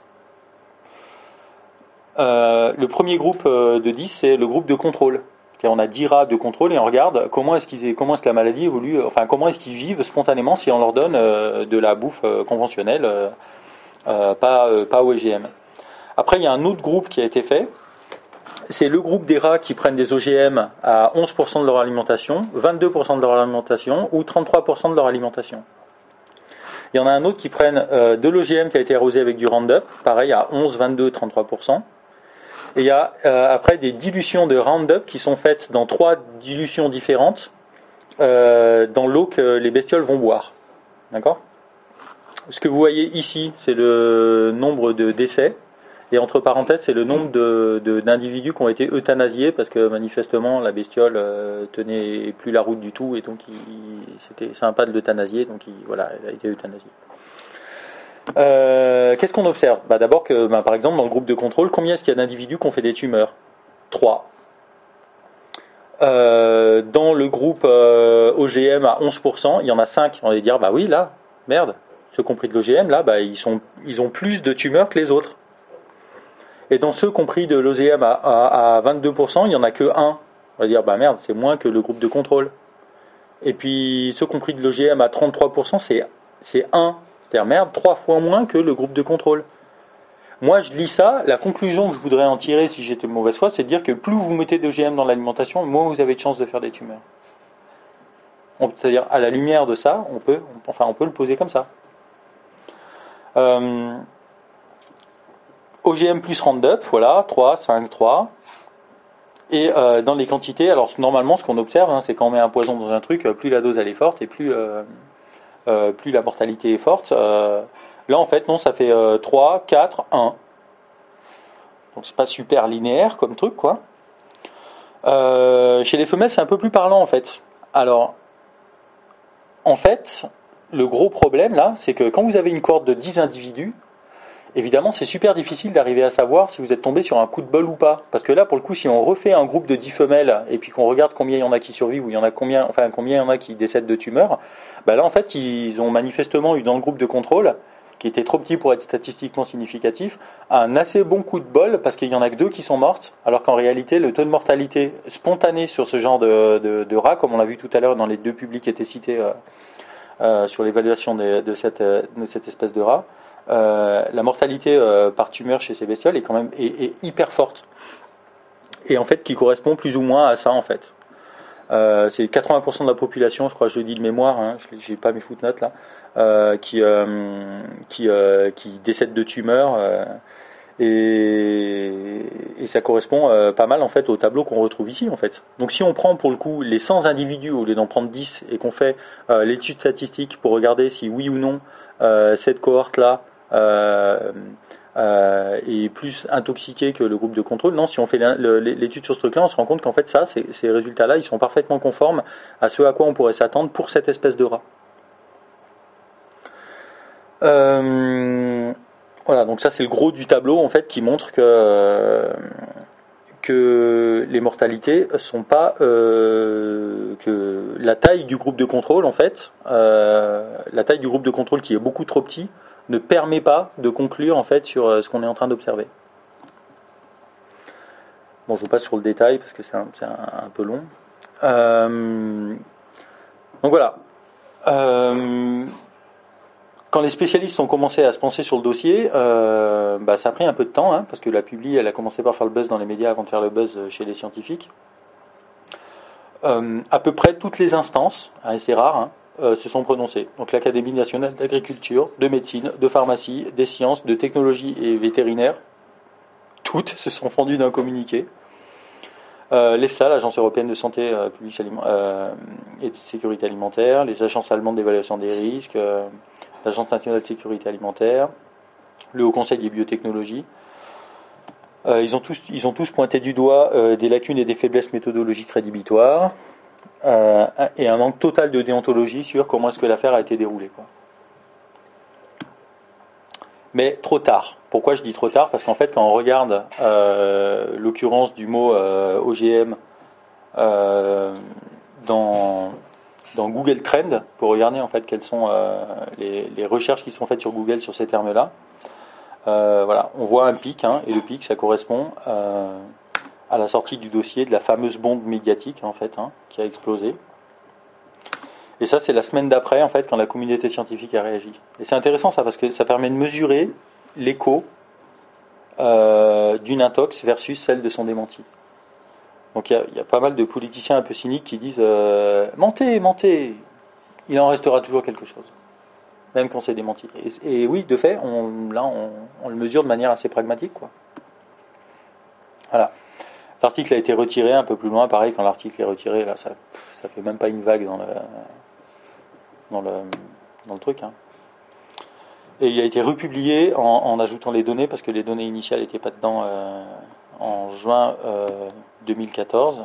Le premier groupe de 10, c'est le groupe de contrôle. On a 10 rats de contrôle et on regarde comment est-ce que la maladie évolue, enfin comment est-ce qu'ils vivent spontanément si on leur donne de la bouffe conventionnelle, pas OGM. Après, il y a un autre groupe qui a été fait. C'est le groupe des rats qui prennent des OGM à 11% de leur alimentation, 22% de leur alimentation ou 33% de leur alimentation. Il y en a un autre qui prennent de l'OGM qui a été arrosé avec du Roundup, pareil à 11, 22, 33%. Et il y a après des dilutions de Roundup qui sont faites dans 3 dilutions différentes dans l'eau que les bestioles vont boire. D'accord ? Ce que vous voyez ici, c'est le nombre de décès. Et entre parenthèses, c'est le nombre d'individus qui ont été euthanasiés parce que manifestement la bestiole tenait plus la route du tout et donc c'était sympa de l'euthanasier, donc elle a été euthanasiée. Qu'est-ce qu'on observe ? D'abord que, par exemple, dans le groupe de contrôle, combien est-ce qu'il y a d'individus qui ont fait des tumeurs ? 3. Dans le groupe OGM à 11%, il y en a 5. On va dire, oui, là, merde, ceux qui ont pris de l'OGM, là, ils ont plus de tumeurs que les autres. Et dans ceux compris de l'OGM à 22%, il n'y en a que 1. On va dire, merde, c'est moins que le groupe de contrôle. Et puis, ceux compris de l'OGM à 33%, c'est 1. C'est-à-dire, merde, 3 fois moins que le groupe de contrôle. Moi, je lis ça, la conclusion que je voudrais en tirer si j'étais de mauvaise foi, c'est de dire que plus vous mettez d'OGM dans l'alimentation, moins vous avez de chances de faire des tumeurs. C'est-à-dire, à la lumière de ça, on peut le poser comme ça. OGM plus Roundup, voilà, 3, 5, 3. Et dans les quantités, alors normalement ce qu'on observe, c'est quand on met un poison dans un truc, plus la dose elle est forte et plus la mortalité est forte. Là en fait non, ça fait 3, 4, 1. Donc c'est pas super linéaire comme truc, quoi. Chez les femelles c'est un peu plus parlant en fait. Alors en fait, le gros problème là, c'est que quand vous avez une cohorte de 10 individus, évidemment, c'est super difficile d'arriver à savoir si vous êtes tombé sur un coup de bol ou pas. Parce que là, pour le coup, si on refait un groupe de 10 femelles et puis qu'on regarde combien il y en a qui survivent ou combien il y en a qui décèdent de tumeurs, là, en fait, ils ont manifestement eu dans le groupe de contrôle, qui était trop petit pour être statistiquement significatif, un assez bon coup de bol parce qu'il y en a que 2 qui sont mortes, alors qu'en réalité, le taux de mortalité spontané sur ce genre de rats, comme on l'a vu tout à l'heure dans les 2 publics qui étaient cités sur l'évaluation de cette espèce de rat, la mortalité par tumeur chez ces bestioles est quand même est hyper forte et en fait qui correspond plus ou moins à ça en fait. C'est 80% de la population, je crois, je le dis de mémoire, j'ai pas mes footnotes là, qui décèdent de tumeurs et ça correspond pas mal en fait au tableau qu'on retrouve ici en fait. Donc si on prend pour le coup les 100 individus au lieu d'en prendre 10 et qu'on fait l'étude statistique pour regarder si oui ou non cette cohorte là est plus intoxiquée que le groupe de contrôle. Non, si on fait l'étude sur ce truc-là, on se rend compte qu'en fait ces résultats-là, ils sont parfaitement conformes à ce à quoi on pourrait s'attendre pour cette espèce de rat. Voilà, donc ça c'est le gros du tableau en fait qui montre que les mortalités sont pas que la taille du groupe de contrôle en fait, la taille du groupe de contrôle qui est beaucoup trop petit ne permet pas de conclure en fait sur ce qu'on est en train d'observer. Bon, je vous passe sur le détail parce que c'est un peu long. Donc voilà. Quand les spécialistes ont commencé à se pencher sur le dossier, ça a pris un peu de temps, hein, parce que la publi, elle a commencé par faire le buzz dans les médias avant de faire le buzz chez les scientifiques. À peu près toutes les instances, hein, et c'est rare, se sont prononcées. Donc l'Académie nationale d'agriculture, de médecine, de pharmacie, des sciences, de technologie et vétérinaire, toutes se sont fendues d'un communiqué. L'EFSA, l'Agence européenne de santé publique et de sécurité alimentaire, les agences allemandes d'évaluation des risques, l'Agence nationale de sécurité alimentaire, le Haut Conseil des biotechnologies. Ils ont tous pointé du doigt des lacunes et des faiblesses méthodologiques rédhibitoires et un manque total de déontologie sur comment est-ce que l'affaire a été déroulée, quoi. Mais trop tard. Pourquoi je dis trop tard ? Parce qu'en fait, quand on regarde l'occurrence du mot OGM dans Google Trends, pour regarder en fait quelles sont les recherches qui sont faites sur Google sur ces termes-là, voilà, on voit un pic, hein, et le pic, ça correspond à la sortie du dossier de la fameuse bombe médiatique, en fait, hein, qui a explosé. Et ça, c'est la semaine d'après, en fait, quand la communauté scientifique a réagi. Et c'est intéressant, ça, parce que ça permet de mesurer l'écho d'une intox versus celle de son démenti. Donc, il y a pas mal de politiciens un peu cyniques qui disent mentez, il en restera toujours quelque chose, même quand c'est démenti. Et oui, de fait, on le mesure de manière assez pragmatique, quoi. Voilà. L'article a été retiré un peu plus loin, pareil, quand l'article est retiré, là, ça fait même pas une vague dans le truc, hein. Et il a été republié en ajoutant les données, parce que les données initiales n'étaient pas dedans en juin 2014.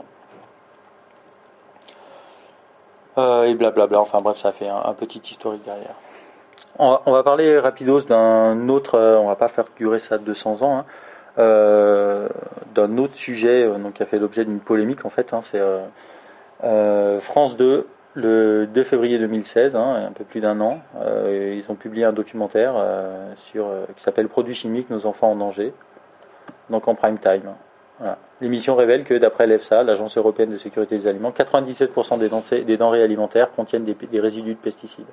Et blablabla, enfin bref, ça fait un petit historique derrière. On va parler rapidos d'un autre, on va pas faire durer ça 200 ans, hein, d'un autre sujet donc, qui a fait l'objet d'une polémique en fait, hein, c'est France 2, le 2 février 2016, hein, un peu plus d'un an, ils ont publié un documentaire qui s'appelle Produits chimiques, nos enfants en danger, donc en prime time. Voilà. L'émission révèle que d'après l'EFSA, l'Agence européenne de sécurité des aliments, 97% des denrées alimentaires contiennent des résidus de pesticides.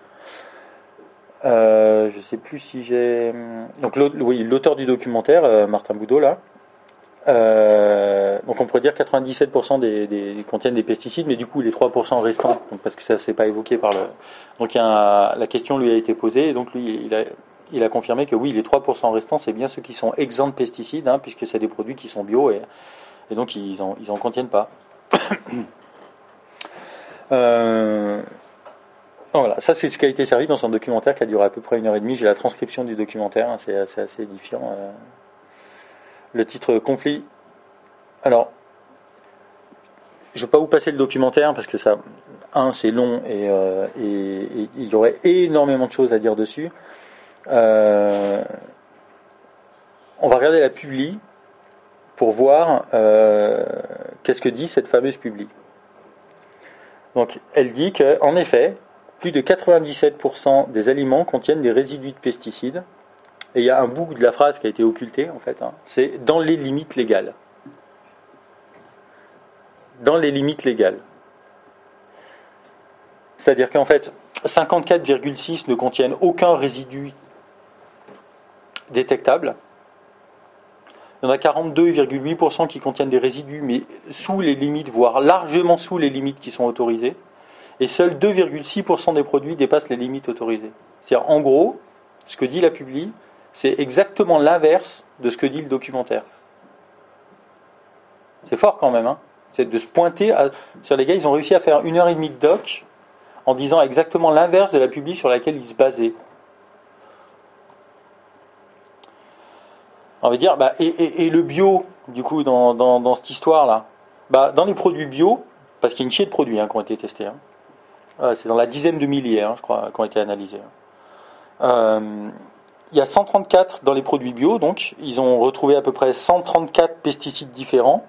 Je sais plus si j'ai... Donc l'auteur du documentaire, Martin Boudot, là, donc on pourrait dire 97% contiennent des pesticides, mais du coup les 3% restants, donc parce que ça s'est pas évoqué par le... Donc la question lui a été posée, et donc lui il a confirmé que oui, les 3% restants, c'est bien ceux qui sont exempts de pesticides, hein, puisque c'est des produits qui sont bio, et donc ils en contiennent pas. Voilà, ça c'est ce qui a été servi dans son documentaire qui a duré à peu près 1h30. J'ai la transcription du documentaire, hein, c'est assez édifiant. Le titre conflit. Alors, je ne vais pas vous passer le documentaire parce que ça, c'est long et il y aurait énormément de choses à dire dessus. On va regarder la publi pour voir qu'est-ce que dit cette fameuse publi. Donc, elle dit qu'en effet, plus de 97% des aliments contiennent des résidus de pesticides. Et il y a un bout de la phrase qui a été occulté, en fait, hein, c'est « dans les limites légales ». Dans les limites légales. C'est-à-dire qu'en fait, 54,6 ne contiennent aucun résidu détectable. Il y en a 42,8% qui contiennent des résidus, mais sous les limites, voire largement sous les limites qui sont autorisées. Et seuls 2,6% des produits dépassent les limites autorisées. C'est-à-dire, en gros, ce que dit la publi, c'est exactement l'inverse de ce que dit le documentaire. C'est fort quand même, hein. C'est de se pointer sur les gars, ils ont réussi à faire 1h30 de doc en disant exactement l'inverse de la publi sur laquelle ils se basaient. On va dire, et le bio, du coup, dans cette histoire-là, dans les produits bio, parce qu'il y a une chier de produits qui ont été testés, hein. C'est dans la dizaine de milliers, hein, je crois, qui ont été analysés. Il y a 134 dans les produits bio, donc ils ont retrouvé à peu près 134 pesticides différents,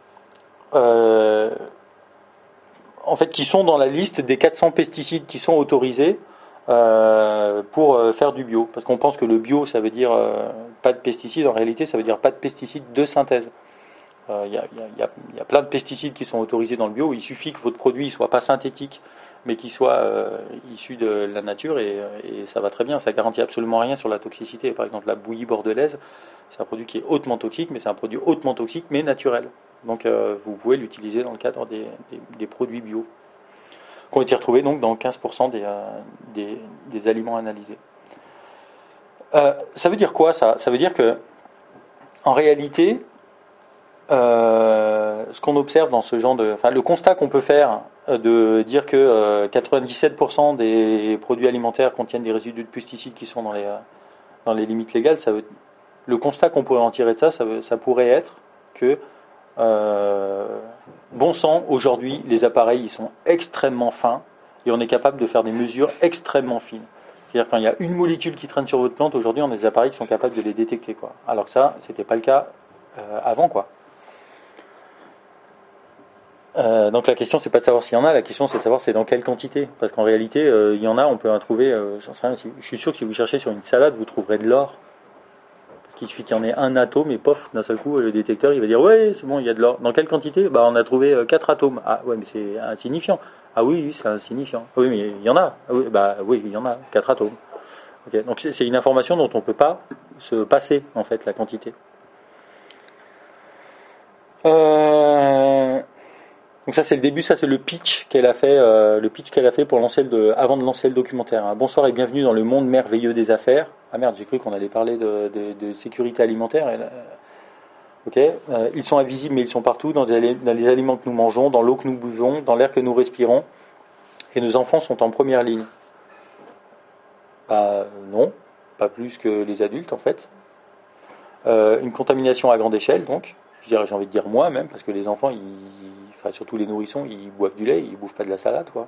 en fait, qui sont dans la liste des 400 pesticides qui sont autorisés pour faire du bio. Parce qu'on pense que le bio, ça veut dire pas de pesticides. En réalité, ça veut dire pas de pesticides de synthèse. Il y a plein de pesticides qui sont autorisés dans le bio. Il suffit que votre produit ne soit pas synthétique, mais qui soit issu de la nature et ça va très bien. Ça garantit absolument rien sur la toxicité. Par exemple, la bouillie bordelaise, c'est un produit qui est hautement toxique, mais c'est un produit hautement toxique mais naturel. Donc vous pouvez l'utiliser dans le cadre des produits bio qui ont été retrouvés donc dans 15% des aliments analysés. Ça veut dire quoi ça ? Ça veut dire que en réalité, ce qu'on observe dans ce genre le constat qu'on peut faire de dire que 97% des produits alimentaires contiennent des résidus de pesticides qui sont dans les limites légales, le constat qu'on pourrait en tirer de ça pourrait être que bon sang, aujourd'hui, les appareils ils sont extrêmement fins et on est capable de faire des mesures extrêmement fines. C'est-à-dire quand il y a une molécule qui traîne sur votre plante, aujourd'hui on a des appareils qui sont capables de les détecter, quoi. Alors que ça, c'était pas le cas avant, quoi. Donc la question c'est pas de savoir s'il y en a, la question c'est de savoir c'est dans quelle quantité. Parce qu'en réalité, il y en a, on peut en trouver, j'en sais rien, je suis sûr que si vous cherchez sur une salade, vous trouverez de l'or. Parce qu'il suffit qu'il y en ait un atome et pof, d'un seul coup, le détecteur il va dire ouais, c'est bon, il y a de l'or. Dans quelle quantité ? Bah on a trouvé 4 atomes. Ah ouais, mais c'est insignifiant. Ah oui, c'est insignifiant. Ah oui, mais il y en a. Ah oui, bah oui, il y en a 4 atomes. Okay. Donc c'est une information dont on peut pas se passer en fait la quantité. Donc ça c'est le début, ça c'est le pitch qu'elle a fait, pour avant de lancer le documentaire. Bonsoir et bienvenue dans le monde merveilleux des affaires. Ah merde, j'ai cru qu'on allait parler de sécurité alimentaire. Ok, ils sont invisibles mais ils sont partout, dans les aliments que nous mangeons, dans l'eau que nous buvons, dans l'air que nous respirons. Et nos enfants sont en première ligne. Non, pas plus que les adultes en fait. Une contamination à grande échelle donc. J'ai envie de dire moi même, parce que les enfants, surtout les nourrissons, ils boivent du lait, ils bouffent pas de la salade, quoi.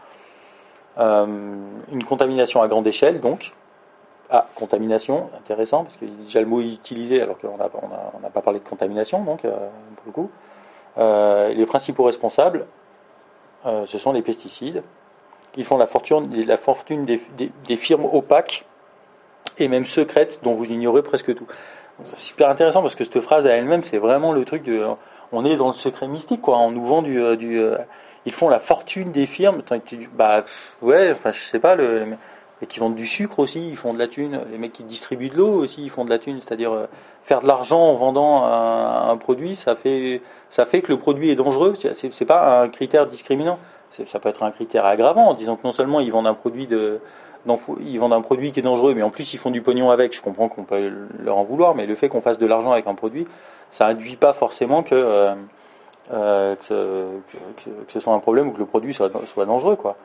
Une contamination à grande échelle, donc. Contamination, intéressant, parce qu'il y a déjà le mot utilisé, alors qu'on n'a pas parlé de contamination, donc, pour le coup. Les principaux responsables, ce sont les pesticides. Ils font la fortune des firmes opaques, et même secrètes, dont vous ignorez presque tout. C'est super intéressant parce que cette phrase à elle-même, c'est vraiment le truc on est dans le secret mystique, quoi. On nous vend ils font la fortune des firmes. Ouais, enfin, je sais pas, les mecs qui vendent du sucre aussi, ils font de la thune. Les mecs qui distribuent de l'eau aussi, ils font de la thune. C'est-à-dire, faire de l'argent en vendant un produit, ça fait que le produit est dangereux. C'est pas un critère discriminant. Ça peut être un critère aggravant en disant que non seulement ils vendent un produit qui est dangereux, mais en plus ils font du pognon avec. Je comprends qu'on peut leur en vouloir, mais le fait qu'on fasse de l'argent avec un produit, ça induit pas forcément que ce soit un problème ou que le produit soit dangereux, quoi.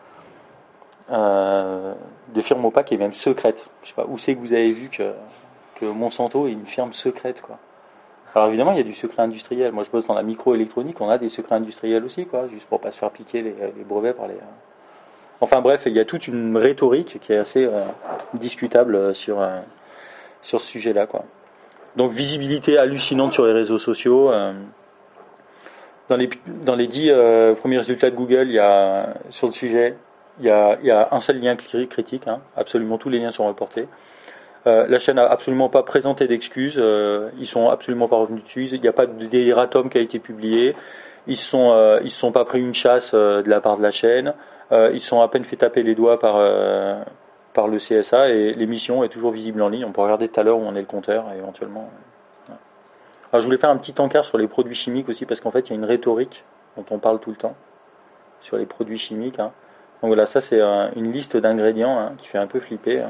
Des firmes opaques et même secrètes. Je sais pas où c'est que vous avez vu que Monsanto est une firme secrète, quoi. Alors évidemment, il y a du secret industriel. Moi, je bosse dans la microélectronique, on a des secrets industriels aussi, quoi, juste pour pas se faire piquer les brevets par les. Enfin bref, il y a toute une rhétorique qui est assez discutable sur ce sujet-là, quoi. Donc visibilité hallucinante sur les réseaux sociaux. Dans les 10 premiers résultats de Google, sur le sujet, il y a un seul lien critique. Absolument tous les liens sont reportés. La chaîne n'a absolument pas présenté d'excuses. Ils sont absolument pas revenus dessus. Il n'y a pas d'erratum qui a été publié. Ils se sont pas pris une chasse de la part de la chaîne. Ils sont à peine fait taper les doigts par le CSA et l'émission est toujours visible en ligne. On peut regarder tout à l'heure où on est le compteur éventuellement. Alors je voulais faire un petit encart sur les produits chimiques aussi parce qu'en fait il y a une rhétorique dont on parle tout le temps sur les produits chimiques. Donc voilà, ça c'est une liste d'ingrédients qui fait un peu flipper.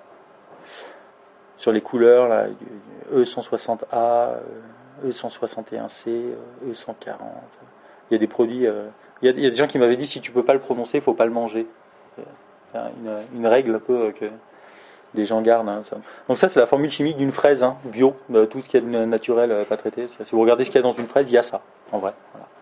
Sur les couleurs, là, E160A, E161C, E140. Il y a des produits. Il y a des gens qui m'avaient dit si tu peux pas le prononcer, il faut pas le manger. C'est une règle un peu que les gens gardent. Ça. Donc ça, c'est la formule chimique d'une fraise bio, tout ce qu'il y a de naturel pas traité. Si vous regardez ce qu'il y a dans une fraise, il y a ça, en vrai.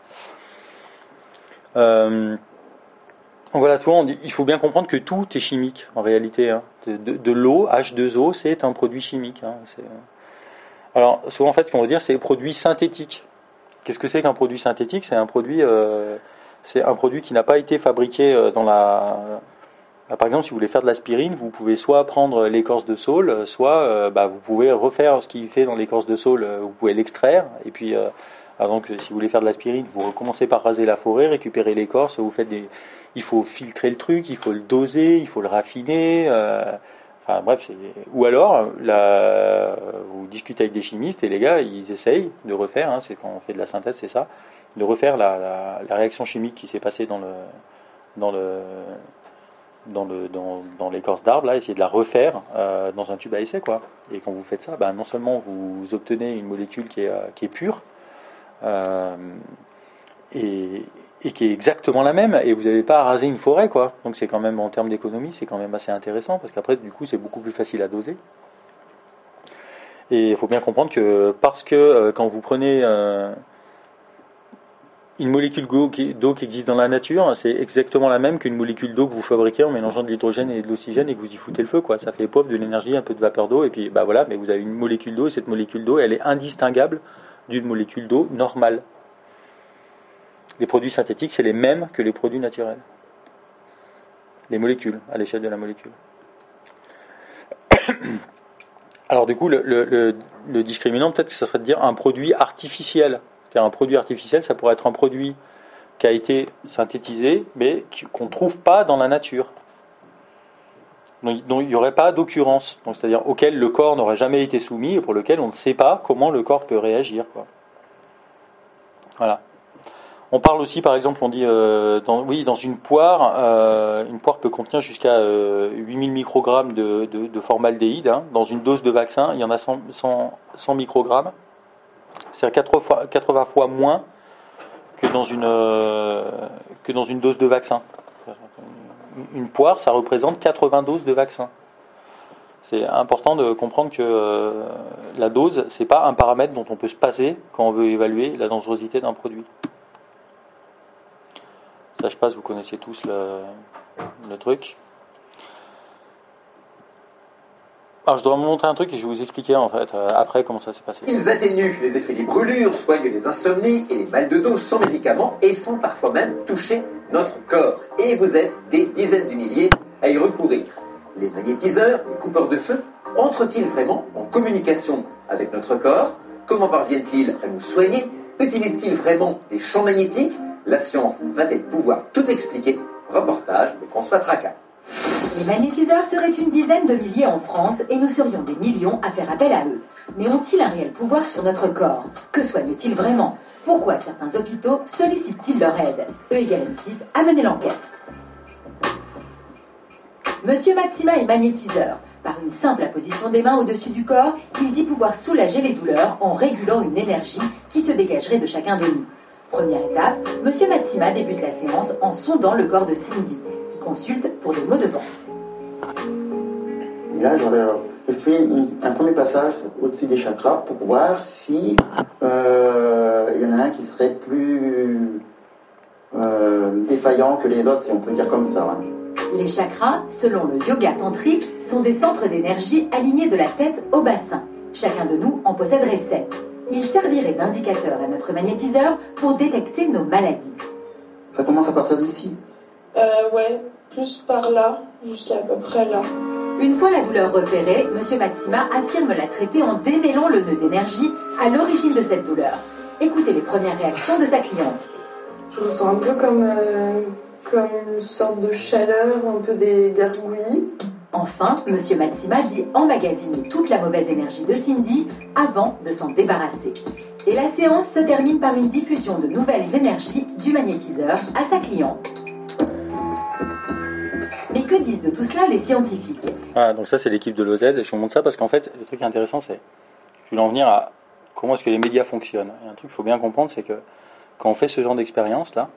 Voilà. Donc voilà, souvent il faut bien comprendre que tout est chimique en réalité. De l'eau, H2O, c'est un produit chimique. Alors souvent en fait, ce qu'on veut dire, c'est produit synthétique. Qu'est-ce que c'est qu'un produit synthétique ? C'est un produit qui n'a pas été fabriqué dans la. Par exemple, si vous voulez faire de l'aspirine, vous pouvez soit prendre l'écorce de saule, soit vous pouvez refaire ce qu'il fait dans l'écorce de saule. Vous pouvez l'extraire et puis. Donc, si vous voulez faire de l'aspirine, vous recommencez par raser la forêt, récupérer l'écorce, vous faites il faut filtrer le truc, il faut le doser, il faut le raffiner. Enfin bref, ou alors vous discutez avec des chimistes et les gars ils essayent de refaire, hein, c'est quand on fait de la synthèse, c'est ça, de refaire la réaction chimique qui s'est passée dans l'écorce d'arbre, là, essayer de la refaire dans un tube à essai, quoi. Et quand vous faites ça, non seulement vous obtenez une molécule qui est pure et qui est exactement la même, et vous n'avez pas à raser une forêt, quoi. Donc c'est quand même, en termes d'économie, c'est quand même assez intéressant, parce qu'après, du coup, c'est beaucoup plus facile à doser. Et il faut bien comprendre que, parce que quand vous prenez une molécule d'eau qui existe dans la nature, c'est exactement la même qu'une molécule d'eau que vous fabriquez en mélangeant de l'hydrogène et de l'oxygène et que vous y foutez le feu, quoi. Ça fait pof, de l'énergie, un peu de vapeur d'eau, et puis voilà, mais vous avez une molécule d'eau, et cette molécule d'eau, elle est indistinguable d'une molécule d'eau normale. Les produits synthétiques, c'est les mêmes que les produits naturels. Les molécules, à l'échelle de la molécule. Alors du coup, le discriminant, peut-être que ça serait de dire un produit artificiel. C'est-à-dire un produit artificiel, ça pourrait être un produit qui a été synthétisé, mais qu'on ne trouve pas dans la nature. Donc il n'y aurait pas d'occurrence, c'est-à-dire auquel le corps n'aurait jamais été soumis et pour lequel on ne sait pas comment le corps peut réagir, quoi. Voilà. On parle aussi, par exemple, on dit, dans une poire peut contenir jusqu'à 8000 microgrammes de formaldéhyde. Hein. Dans une dose de vaccin, il y en a 100 microgrammes. C'est 80 fois moins que dans une dose de vaccin. Une poire, ça représente 80 doses de vaccin. C'est important de comprendre que la dose, c'est pas un paramètre dont on peut se passer quand on veut évaluer la dangerosité d'un produit. Ça, je passe, vous connaissez tous le truc. Alors, je dois vous montrer un truc et je vais vous expliquer en fait après comment ça s'est passé. Ils atténuent les effets des brûlures, soignent les insomnies et les mal de dos sans médicaments et sans parfois même toucher notre corps. Et vous êtes des dizaines de milliers à y recourir. Les magnétiseurs, les coupeurs de feu, entrent-ils vraiment en communication avec notre corps? Comment parviennent-ils à nous soigner? Utilisent-ils vraiment des champs magnétiques? La science va-t-elle pouvoir tout expliquer? Reportage de François Traca. Les magnétiseurs seraient une dizaine de milliers en France et nous serions des millions à faire appel à eux. Mais ont-ils un réel pouvoir sur notre corps? Que soignent-ils vraiment? Pourquoi certains hôpitaux sollicitent-ils leur aide? E=M6 a mené l'enquête. Monsieur Maxima est magnétiseur. Par une simple apposition des mains au-dessus du corps, il dit pouvoir soulager les douleurs en régulant une énergie qui se dégagerait de chacun de nous. Première étape, Monsieur Maxima débute la séance en sondant le corps de Cindy, qui consulte pour des maux de ventre. Là, j'ai fait un premier passage au-dessus des chakras pour voir si y en a un qui serait plus défaillant que les autres, si on peut dire comme ça. Hein. Les chakras, selon le yoga tantrique, sont des centres d'énergie alignés de la tête au bassin. Chacun de nous en posséderait 7. Ils serviraient d'indicateur à notre magnétiseur pour détecter nos maladies. Ça commence à partir d'ici? Ouais, plus par là, jusqu'à peu près là. Une fois la douleur repérée, Monsieur Maxima affirme la traiter en démêlant le nœud d'énergie à l'origine de cette douleur. Écoutez les premières réactions de sa cliente. Je me sens un peu comme une sorte de chaleur, un peu des gargouillis. Enfin, Monsieur Maxima dit emmagasiner toute la mauvaise énergie de Cindy avant de s'en débarrasser. Et la séance se termine par une diffusion de nouvelles énergies du magnétiseur à sa cliente. Mais que disent de tout cela les scientifiques? Ah, donc ça c'est l'équipe de l'OZ, et je vous montre ça parce qu'en fait, le truc intéressant c'est, je voulais en venir à comment est-ce que les médias fonctionnent. Et un truc qu'il faut bien comprendre, c'est que quand on fait ce genre d'expérience là,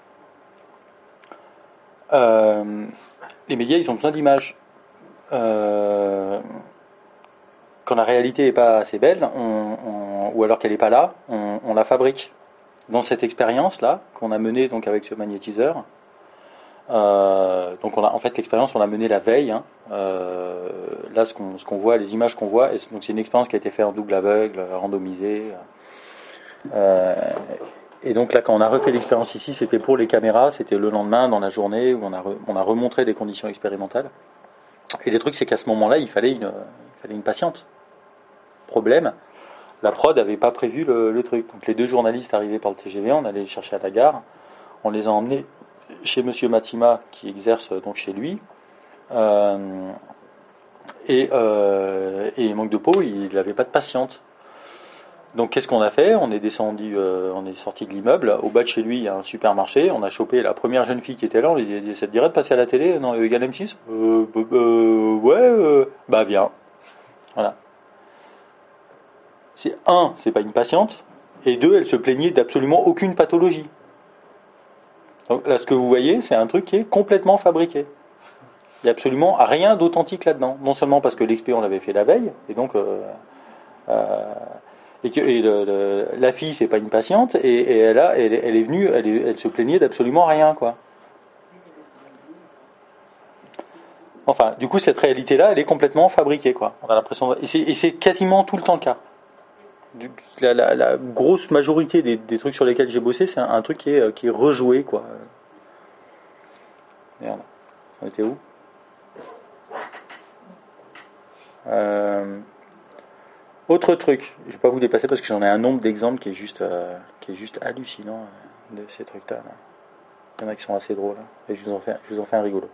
les médias ils ont besoin d'images. Quand la réalité n'est pas assez belle, ou alors qu'elle n'est pas là, on la fabrique. Dans cette expérience-là, qu'on a menée donc avec ce magnétiseur, donc en fait l'expérience on l'a menée la veille. Hein, là ce qu'on voit, les images qu'on voit, donc c'est une expérience qui a été faite en double aveugle, randomisée. Et donc là quand on a refait l'expérience ici, c'était pour les caméras, c'était le lendemain dans la journée où on a remontré les conditions expérimentales. Et le truc, c'est qu'à ce moment-là, il fallait une patiente. Problème, la prod n'avait pas prévu le truc. Donc les deux journalistes arrivés par le TGV, on allait les chercher à la gare, on les a emmenés chez Monsieur Matsima, qui exerce donc chez lui, et manque de peau, il n'avait pas de patiente. Donc qu'est-ce qu'on a fait ? On est sorti de l'immeuble. Au bas de chez lui, il y a un supermarché. On a chopé la première jeune fille qui était là. On lui a dit, ça te dirait de passer à la télé ? Non, égal M6 ? Ouais, bah viens. Voilà. C'est pas une patiente. Et 2, elle se plaignait d'absolument aucune pathologie. Donc là, ce que vous voyez, c'est un truc qui est complètement fabriqué. Il n'y a absolument rien d'authentique là-dedans. Non seulement parce que l'expé, on l'avait fait la veille, et donc... la fille, c'est pas une patiente, et elle est venue, elle se plaignait d'absolument rien, quoi. Enfin, du coup, cette réalité-là, elle est complètement fabriquée, quoi. On a l'impression, et c'est quasiment tout le temps le cas. La grosse majorité des trucs sur lesquels j'ai bossé, c'est un truc qui est rejoué, quoi. Merde, on était où ? Autre truc, je ne vais pas vous dépasser parce que j'en ai un nombre d'exemples qui est juste hallucinant de ces trucs-là. Là. Il y en a qui sont assez drôles, et je vous en fais un rigolo.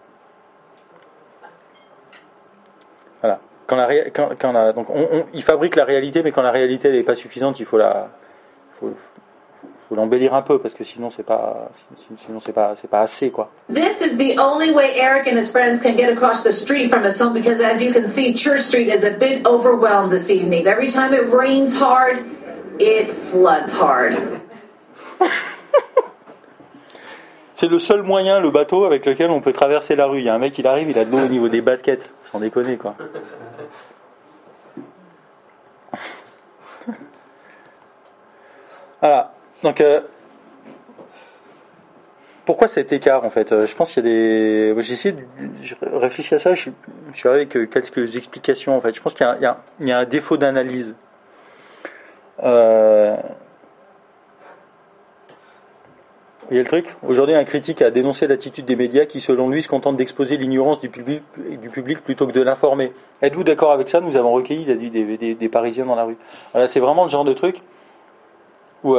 Voilà. Donc il fabrique la réalité, mais quand la réalité n'est pas suffisante, il faut l'embellir un peu parce que sinon c'est pas assez, quoi. This is the only way Eric and his friends can get across the street from his home because as you can see, Church Street is a bit overwhelmed this evening. Every time it rains hard, it floods hard. C'est le seul moyen, le bateau avec lequel on peut traverser la rue. Il y a un mec, il arrive, il a de l'eau au niveau des baskets, sans déconner, quoi. Voilà. Donc, pourquoi cet écart, en fait ? Je pense qu'il y a des... J'ai réfléchi à ça, je suis arrivé avec quelques explications, en fait. Je pense qu'il y a un défaut d'analyse. Vous voyez le truc ? Aujourd'hui, un critique a dénoncé l'attitude des médias qui, selon lui, se contentent d'exposer l'ignorance du public plutôt que de l'informer. Êtes-vous d'accord avec ça ? Nous avons recueilli, il a dit, des Parisiens dans la rue. Voilà, c'est vraiment le genre de truc où...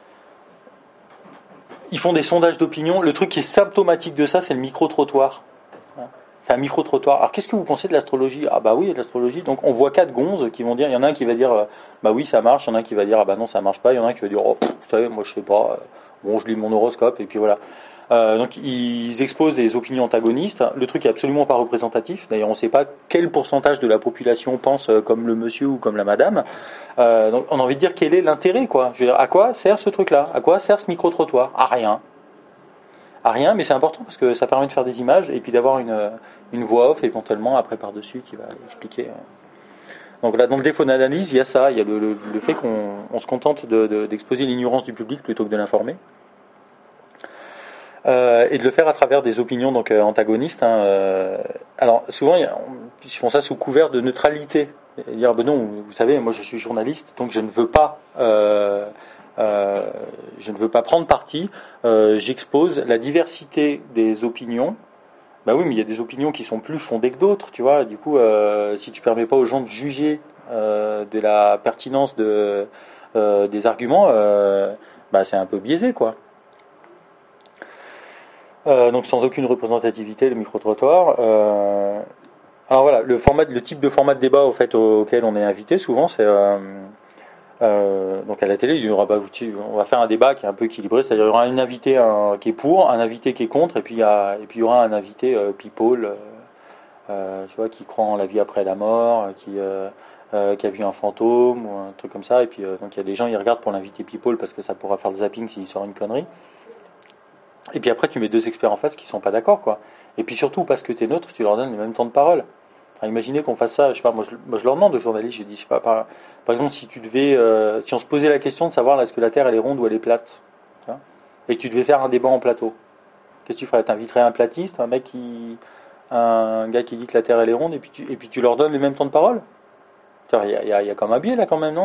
ils font des sondages d'opinion. Le truc qui est symptomatique de ça, c'est le micro-trottoir. Enfin, un micro-trottoir. Alors, qu'est-ce que vous pensez de l'astrologie ? Ah bah oui, de l'astrologie. Donc, on voit 4 gonzes qui vont dire, il y en a un qui va dire, bah oui, ça marche. Il y en a un qui va dire, ah bah non, ça marche pas. Il y en a un qui va dire, oh, vous savez, moi je sais pas. Bon, je lis mon horoscope, et puis voilà. Donc, ils exposent des opinions antagonistes. Le truc est absolument pas représentatif. D'ailleurs, on ne sait pas quel pourcentage de la population pense comme le monsieur ou comme la madame. Donc, on a envie de dire quel est l'intérêt, quoi. Je veux dire, à quoi sert ce truc-là ? À quoi sert ce micro-trottoir ? À rien. À rien, mais c'est important parce que ça permet de faire des images et puis d'avoir une voix off éventuellement après par-dessus qui va expliquer. Donc là, dans le défaut d'analyse, il y a ça. Il y a le fait qu'on se contente d'exposer l'ignorance du public plutôt que de l'informer. Et de le faire à travers des opinions donc antagonistes. Alors souvent ils font ça sous couvert de neutralité. Dire ben non, vous savez, moi je suis journaliste, donc je ne veux pas prendre parti. J'expose la diversité des opinions. Bah oui, mais il y a des opinions qui sont plus fondées que d'autres, tu vois. Du coup, si tu permets pas aux gens de juger de la pertinence des arguments, bah c'est un peu biaisé, quoi. Donc sans aucune représentativité, le micro-trottoir. Alors voilà, le type de format de débat auquel on est invité souvent, c'est donc à la télé, il y aura on va faire un débat qui est un peu équilibré, c'est-à-dire il y aura un invité qui est pour, un invité qui est contre, et puis il y aura un invité people, tu vois, qui croit en la vie après la mort, qui a vu un fantôme ou un truc comme ça, et puis donc il y a des gens, ils regardent pour l'invité people parce que ça pourra faire le zapping s'il sort une connerie. Et puis après, tu mets 2 experts en face qui sont pas d'accord, quoi. Et puis surtout, parce que tu es neutre, tu leur donnes le même temps de parole. Alors, imaginez qu'on fasse ça, je sais pas, moi je leur demande aux journalistes, je dis, je sais pas, par exemple, si on se posait la question de savoir est-ce que la Terre elle est ronde ou elle est plate, tu vois, et que tu devais faire un débat en plateau, qu'est-ce que tu ferais ? T'inviterais un platiste, un gars qui dit que la Terre elle est ronde, et puis tu leur donnes le même temps de parole ? Il y a comme un biais là quand même, non ?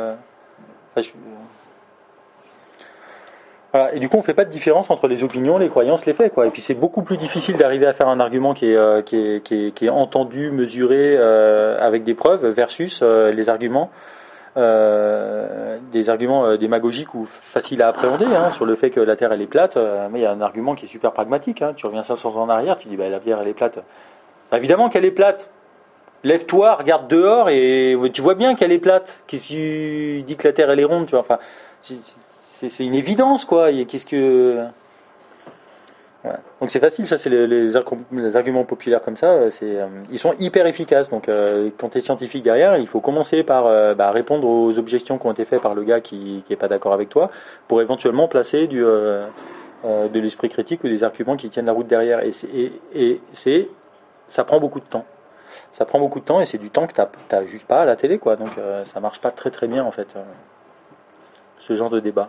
Voilà. Et du coup, on ne fait pas de différence entre les opinions, les croyances, les faits, quoi. Et puis, c'est beaucoup plus difficile d'arriver à faire un argument qui est entendu, mesuré, avec des preuves, versus les arguments des arguments démagogiques ou faciles à appréhender sur le fait que la Terre elle est plate, mais il y a un argument qui est super pragmatique. Tu reviens 500 ans en arrière, tu dis la Terre elle est plate. Évidemment qu'elle est plate. Lève-toi, regarde dehors et tu vois bien qu'elle est plate. Qu'est-ce que tu dis que la Terre elle est ronde, tu vois. Enfin, c'est une évidence quoi. Qu'est-ce que voilà. Donc c'est facile, ça c'est les arguments populaires comme ça, ils sont hyper efficaces. Donc quand tu es scientifique derrière, il faut commencer par répondre aux objections qui ont été faites par le gars qui est pas d'accord avec toi, pour éventuellement placer de l'esprit critique ou des arguments qui tiennent la route derrière. Et ça prend beaucoup de temps. Ça prend beaucoup de temps et c'est du temps que t'as juste pas à la télé quoi. Donc ça marche pas très très bien en fait ce genre de débat.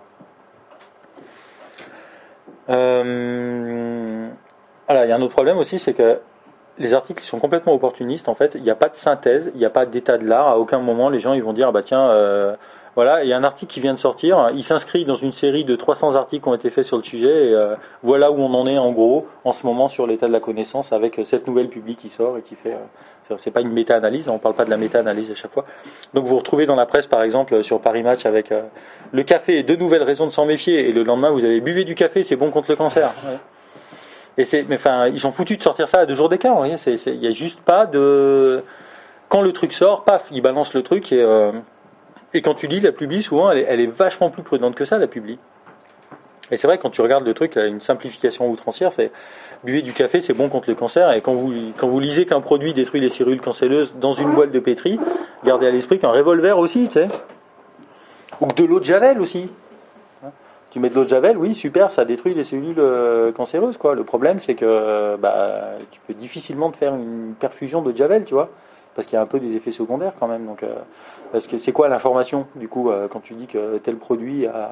Voilà, il y a un autre problème aussi, c'est que les articles sont complètement opportunistes. En fait, il n'y a pas de synthèse, il n'y a pas d'état de l'art. À aucun moment, les gens ils vont dire voilà, il y a un article qui vient de sortir, il s'inscrit dans une série de 300 articles qui ont été faits sur le sujet. Et voilà où on en est en gros en ce moment sur l'état de la connaissance avec cette nouvelle publique qui sort et qui fait. C'est pas une méta-analyse, on parle pas de la méta-analyse à chaque fois. Donc vous retrouvez dans la presse par exemple sur Paris Match avec le café, 2 nouvelles raisons de s'en méfier, et le lendemain vous avez buvez du café, c'est bon contre le cancer. Ouais. Et ils sont foutus de sortir ça à 2 jours d'écart. Il y a juste pas de. Quand le truc sort, paf, ils balancent le truc et quand tu lis la publi, souvent elle est vachement plus prudente que ça la publi. Et c'est vrai, quand tu regardes le truc, une simplification outrancière, c'est buvez du café, c'est bon contre le cancer. Et quand vous lisez qu'un produit détruit les cellules cancéreuses dans une boîte de pétri, gardez à l'esprit qu'un revolver aussi, tu sais, ou que de l'eau de javel aussi. Tu mets de l'eau de javel, oui, super, ça détruit les cellules cancéreuses, quoi. Le problème, c'est que tu peux difficilement te faire une perfusion de javel, tu vois, parce qu'il y a un peu des effets secondaires quand même. Donc, parce que c'est quoi l'information, du coup, quand tu dis que tel produit a...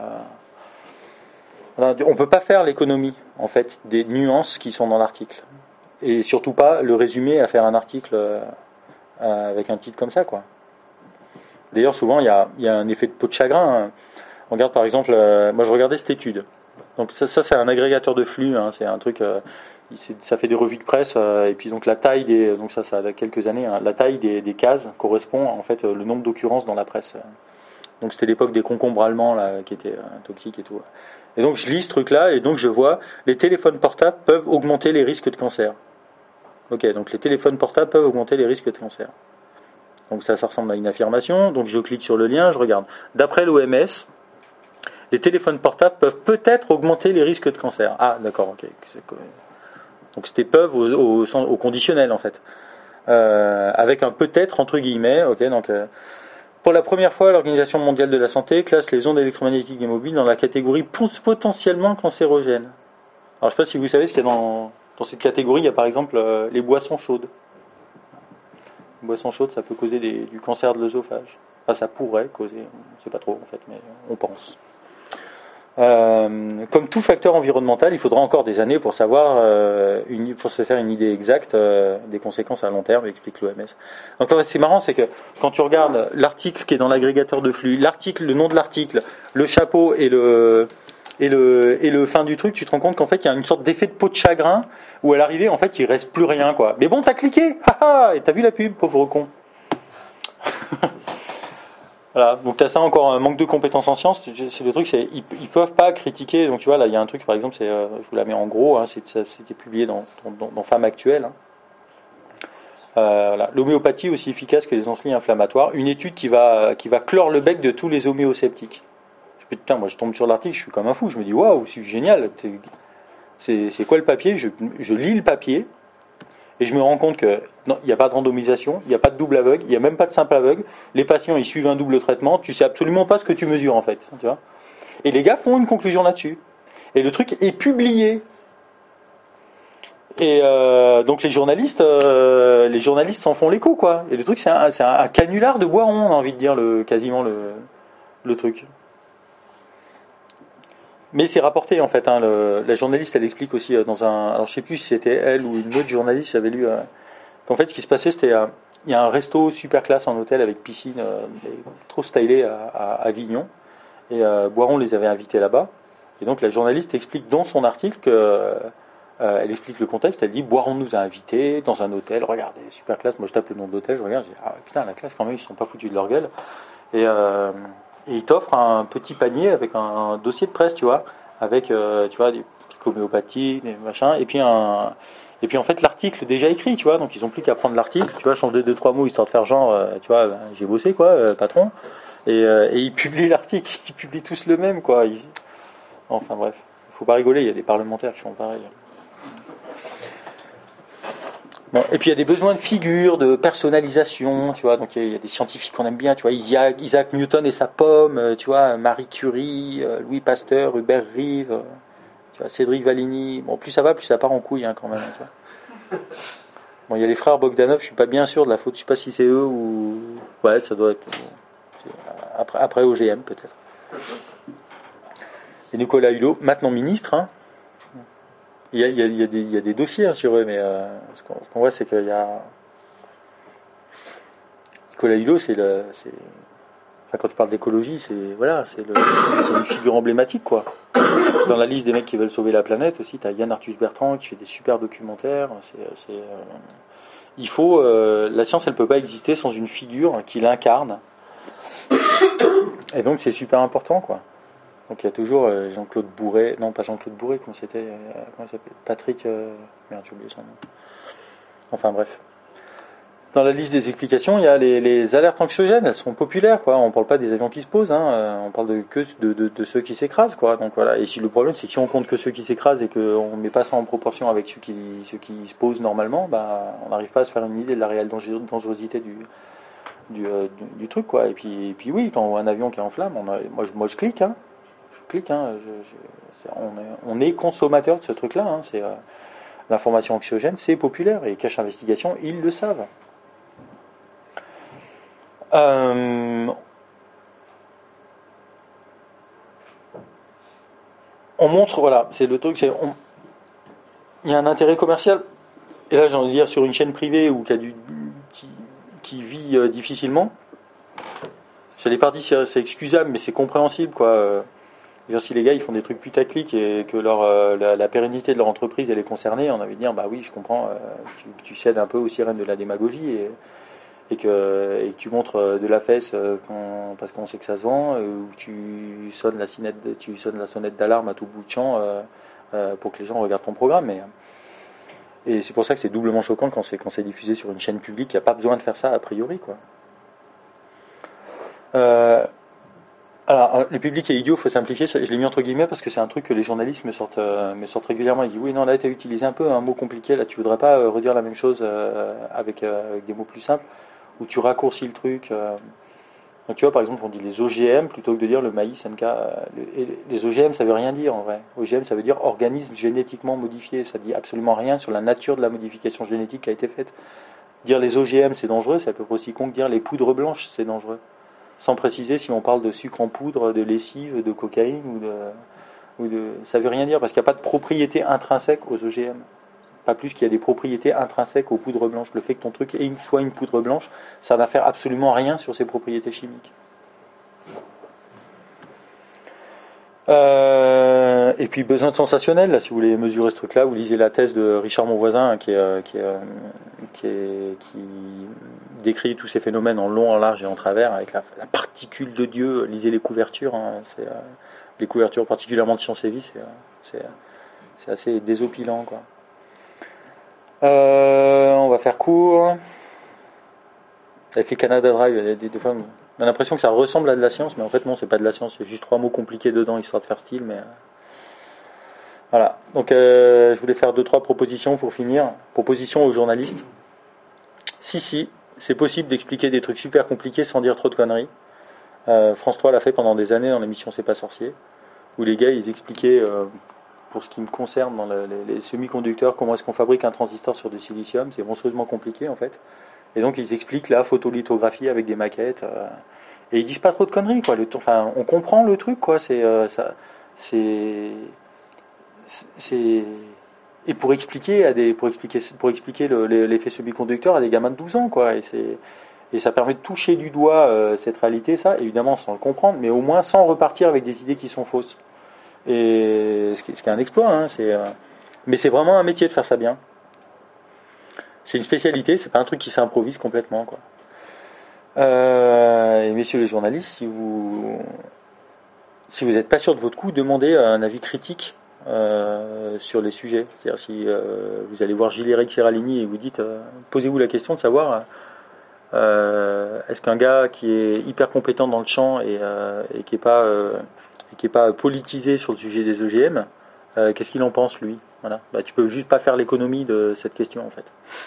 On peut pas faire l'économie en fait des nuances qui sont dans l'article et surtout pas le résumer à faire un article avec un titre comme ça quoi. D'ailleurs souvent il y a un effet de peau de chagrin. On regarde par exemple, moi je regardais cette étude. Donc ça c'est un agrégateur de flux, c'est un truc, ça fait des revues de presse et puis donc la taille donc ça a quelques années, la taille des cases correspond en fait le nombre d'occurrences dans la presse. Donc c'était l'époque des concombres allemands là qui étaient toxiques et tout. Et donc je lis ce truc-là et donc je vois les téléphones portables peuvent augmenter les risques de cancer. Ok, donc les téléphones portables peuvent augmenter les risques de cancer. Donc ça ressemble à une affirmation. Donc je clique sur le lien, je regarde. D'après l'OMS, les téléphones portables peuvent peut-être augmenter les risques de cancer. Ah d'accord, ok. Donc c'était peuvent au conditionnel en fait, avec un peut-être entre guillemets. Ok, donc. Pour la première fois, l'Organisation mondiale de la santé classe les ondes électromagnétiques des mobiles dans la catégorie potentiellement cancérogène. Alors, je ne sais pas si vous savez ce qu'il y a dans cette catégorie. Il y a par exemple les boissons chaudes. Les boissons chaudes, ça peut causer du cancer de l'œsophage. Enfin, ça pourrait causer, on ne sait pas trop en fait, mais on pense. Comme tout facteur environnemental, il faudra encore des années pour savoir, pour se faire une idée exacte des conséquences à long terme, explique l'OMS. Donc en fait, c'est marrant, c'est que quand tu regardes l'article qui est dans l'agrégateur de flux, le nom de l'article, le chapeau et le fin du truc, tu te rends compte qu'en fait il y a une sorte d'effet de peau de chagrin où à l'arrivée en fait il reste plus rien quoi. Mais bon, t'as cliqué, et t'as vu la pub, pauvre con. Voilà, donc tu as ça encore, un manque de compétences en sciences. C'est le truc, ils peuvent pas critiquer. Donc tu vois, là il y a un truc par exemple, je vous la mets en gros, c'était publié dans Femmes Actuelles. Voilà. L'homéopathie aussi efficace que les anti-inflammatoires. Une étude qui va clore le bec de tous les homéosceptiques. Putain, moi je tombe sur l'article, je suis comme un fou. Je me dis waouh, c'est génial. C'est quoi le papier ? Je lis le papier. Et je me rends compte que non, il n'y a pas de randomisation, il n'y a pas de double aveugle, il n'y a même pas de simple aveugle. Les patients, ils suivent un double traitement, tu sais absolument pas ce que tu mesures en fait. Tu vois ? Et les gars font une conclusion là-dessus. Et le truc est publié. Et donc les journalistes s'en font l'écho quoi. Et le truc c'est un canular de Boiron, on a envie de dire quasiment le truc. Mais c'est rapporté en fait. La journaliste, elle explique aussi alors je sais plus si c'était elle ou une autre journaliste, avait lu qu'en fait ce qui se passait, c'était il y a un resto super classe en hôtel avec piscine, trop stylé à Avignon, et Boiron les avait invités là-bas. Et donc la journaliste explique dans son article que elle explique le contexte. Elle dit Boiron nous a invités dans un hôtel. Regardez, super classe. Moi je tape le nom de l'hôtel, je regarde, je dis putain la classe quand même, ils se sont pas foutus de leur gueule. Et il t'offre un petit panier avec un dossier de presse, tu vois, avec tu vois, des trucs homéopathiques, des machins, et puis en fait l'article déjà écrit, tu vois, donc ils ont plus qu'à prendre l'article, tu vois, changer 2-3 mots histoire de faire genre, tu vois, j'ai bossé quoi, patron, et ils publient l'article, ils publient tous le même quoi. Enfin bref, faut pas rigoler, il y a des parlementaires qui font pareil. Bon, et puis il y a des besoins de figure, de personnalisation, tu vois, donc il y a des scientifiques qu'on aime bien, tu vois, Isaac Newton et sa pomme, tu vois, Marie Curie, Louis Pasteur, Hubert Reeves, tu vois, Cédric Valigny. Bon, plus ça va, plus ça part en couille quand même, tu vois. Bon, il y a les frères Bogdanov, je suis pas bien sûr de la faute, je sais pas si c'est eux ou ouais, ça doit être après OGM peut-être. Et Nicolas Hulot, maintenant ministre, hein. Il y a des dossiers sur eux, mais ce qu'on voit, c'est qu'il y a Nicolas Hulot, enfin, quand tu parles d'écologie, c'est une figure emblématique, quoi. Dans la liste des mecs qui veulent sauver la planète aussi, tu as Yann Arthus Bertrand qui fait des super documentaires. La science, elle peut pas exister sans une figure qui l'incarne. Et donc c'est super important, quoi. Donc il y a toujours Jean-Claude Bourret, non pas Jean-Claude Bourret, comment il s'appelait Patrick, merde, j'ai oublié son nom. Enfin bref. Dans la liste des explications, il y a les alertes anxiogènes, elles sont populaires, quoi. On parle pas des avions qui se posent, hein. On parle de ceux qui s'écrasent, quoi. Donc voilà. Et si le problème, c'est que si on compte que ceux qui s'écrasent et qu'on met pas ça en proportion avec ceux qui se posent normalement, bah on n'arrive pas à se faire une idée de la réelle dangerosité du truc, quoi. Et puis oui, quand on voit un avion qui est en flammes, moi je clique, hein. On est consommateur de ce truc-là, hein. C'est l'information anxiogène, c'est populaire et Cache Investigation, ils le savent. On montre, voilà, c'est le truc, il y a un intérêt commercial. Et là, j'ai envie de dire sur une chaîne privée ou qui vit difficilement. J'allais pas dire c'est excusable, mais c'est compréhensible, quoi. Si les gars ils font des trucs putaclic et que la pérennité de leur entreprise elle est concernée, on avait dit bah oui je comprends, tu cèdes un peu aux sirènes de la démagogie et que tu montres de la fesse parce qu'on sait que ça se vend, ou tu sonnes la sonnette d'alarme à tout bout de champ pour que les gens regardent ton programme. Et c'est pour ça que c'est doublement choquant quand c'est diffusé sur une chaîne publique. Il n'y a pas besoin de faire ça a priori, quoi. Alors, le public est idiot, il faut simplifier, je l'ai mis entre guillemets parce que c'est un truc que les journalistes me sortent régulièrement. Ils disent oui, non, là tu as utilisé un peu un mot compliqué, là tu voudrais pas redire la même chose avec des mots plus simples, ou tu raccourcis le truc. Donc tu vois, par exemple, on dit les OGM plutôt que de dire le maïs NK. Les OGM, ça veut rien dire en vrai. OGM, ça veut dire organisme génétiquement modifié, ça dit absolument rien sur la nature de la modification génétique qui a été faite. Dire les OGM c'est dangereux, c'est à peu près aussi con que dire les poudres blanches c'est dangereux. Sans préciser si on parle de sucre en poudre, de lessive, de cocaïne ça veut rien dire parce qu'il n'y a pas de propriété intrinsèque aux OGM. Pas plus qu'il y a des propriétés intrinsèques aux poudres blanches. Le fait que ton truc soit une poudre blanche, ça n'a faire absolument rien sur ses propriétés chimiques. Et puis besoin de sensationnel, là, si vous voulez mesurer ce truc-là, vous lisez la thèse de Richard Monvoisin hein, qui décrit tous ces phénomènes en long, en large et en travers avec la particule de Dieu. Lisez les couvertures, hein, les couvertures particulièrement de Science et Vie, c'est assez désopilant, quoi. On va faire court. Avec les Canada Drive, des fois, on a l'impression que ça ressemble à de la science, mais en fait non, c'est pas de la science, il y a juste 3 mots compliqués dedans, histoire de faire style, mais voilà. Donc je voulais faire 2-3 propositions pour finir. Propositions aux journalistes. Si, c'est possible d'expliquer des trucs super compliqués sans dire trop de conneries. France 3 l'a fait pendant des années dans l'émission C'est pas sorcier, où les gars ils expliquaient, pour ce qui me concerne, dans les semi-conducteurs, comment est-ce qu'on fabrique un transistor sur du silicium, c'est monstrueusement compliqué en fait. Et donc ils expliquent la photolithographie avec des maquettes, et ils disent pas trop de conneries, quoi. On comprend le truc, quoi. Et pour expliquer l'effet semi-conducteur à des gamins de 12 ans, quoi. Et ça permet de toucher du doigt cette réalité, ça, évidemment sans le comprendre, mais au moins sans repartir avec des idées qui sont fausses. Et ce qui est un exploit, hein, mais c'est vraiment un métier de faire ça bien. C'est une spécialité, c'est pas un truc qui s'improvise complètement, quoi. Et messieurs les journalistes, si vous n'êtes pas sûr de votre coup, demandez un avis critique sur les sujets. C'est-à-dire si vous allez voir Gilles-Éric Serralini et vous dites, posez-vous la question de savoir est-ce qu'un gars qui est hyper compétent dans le champ et qui est pas politisé sur le sujet des OGM, qu'est-ce qu'il en pense lui? Voilà. Tu peux juste pas faire l'économie de cette question en fait.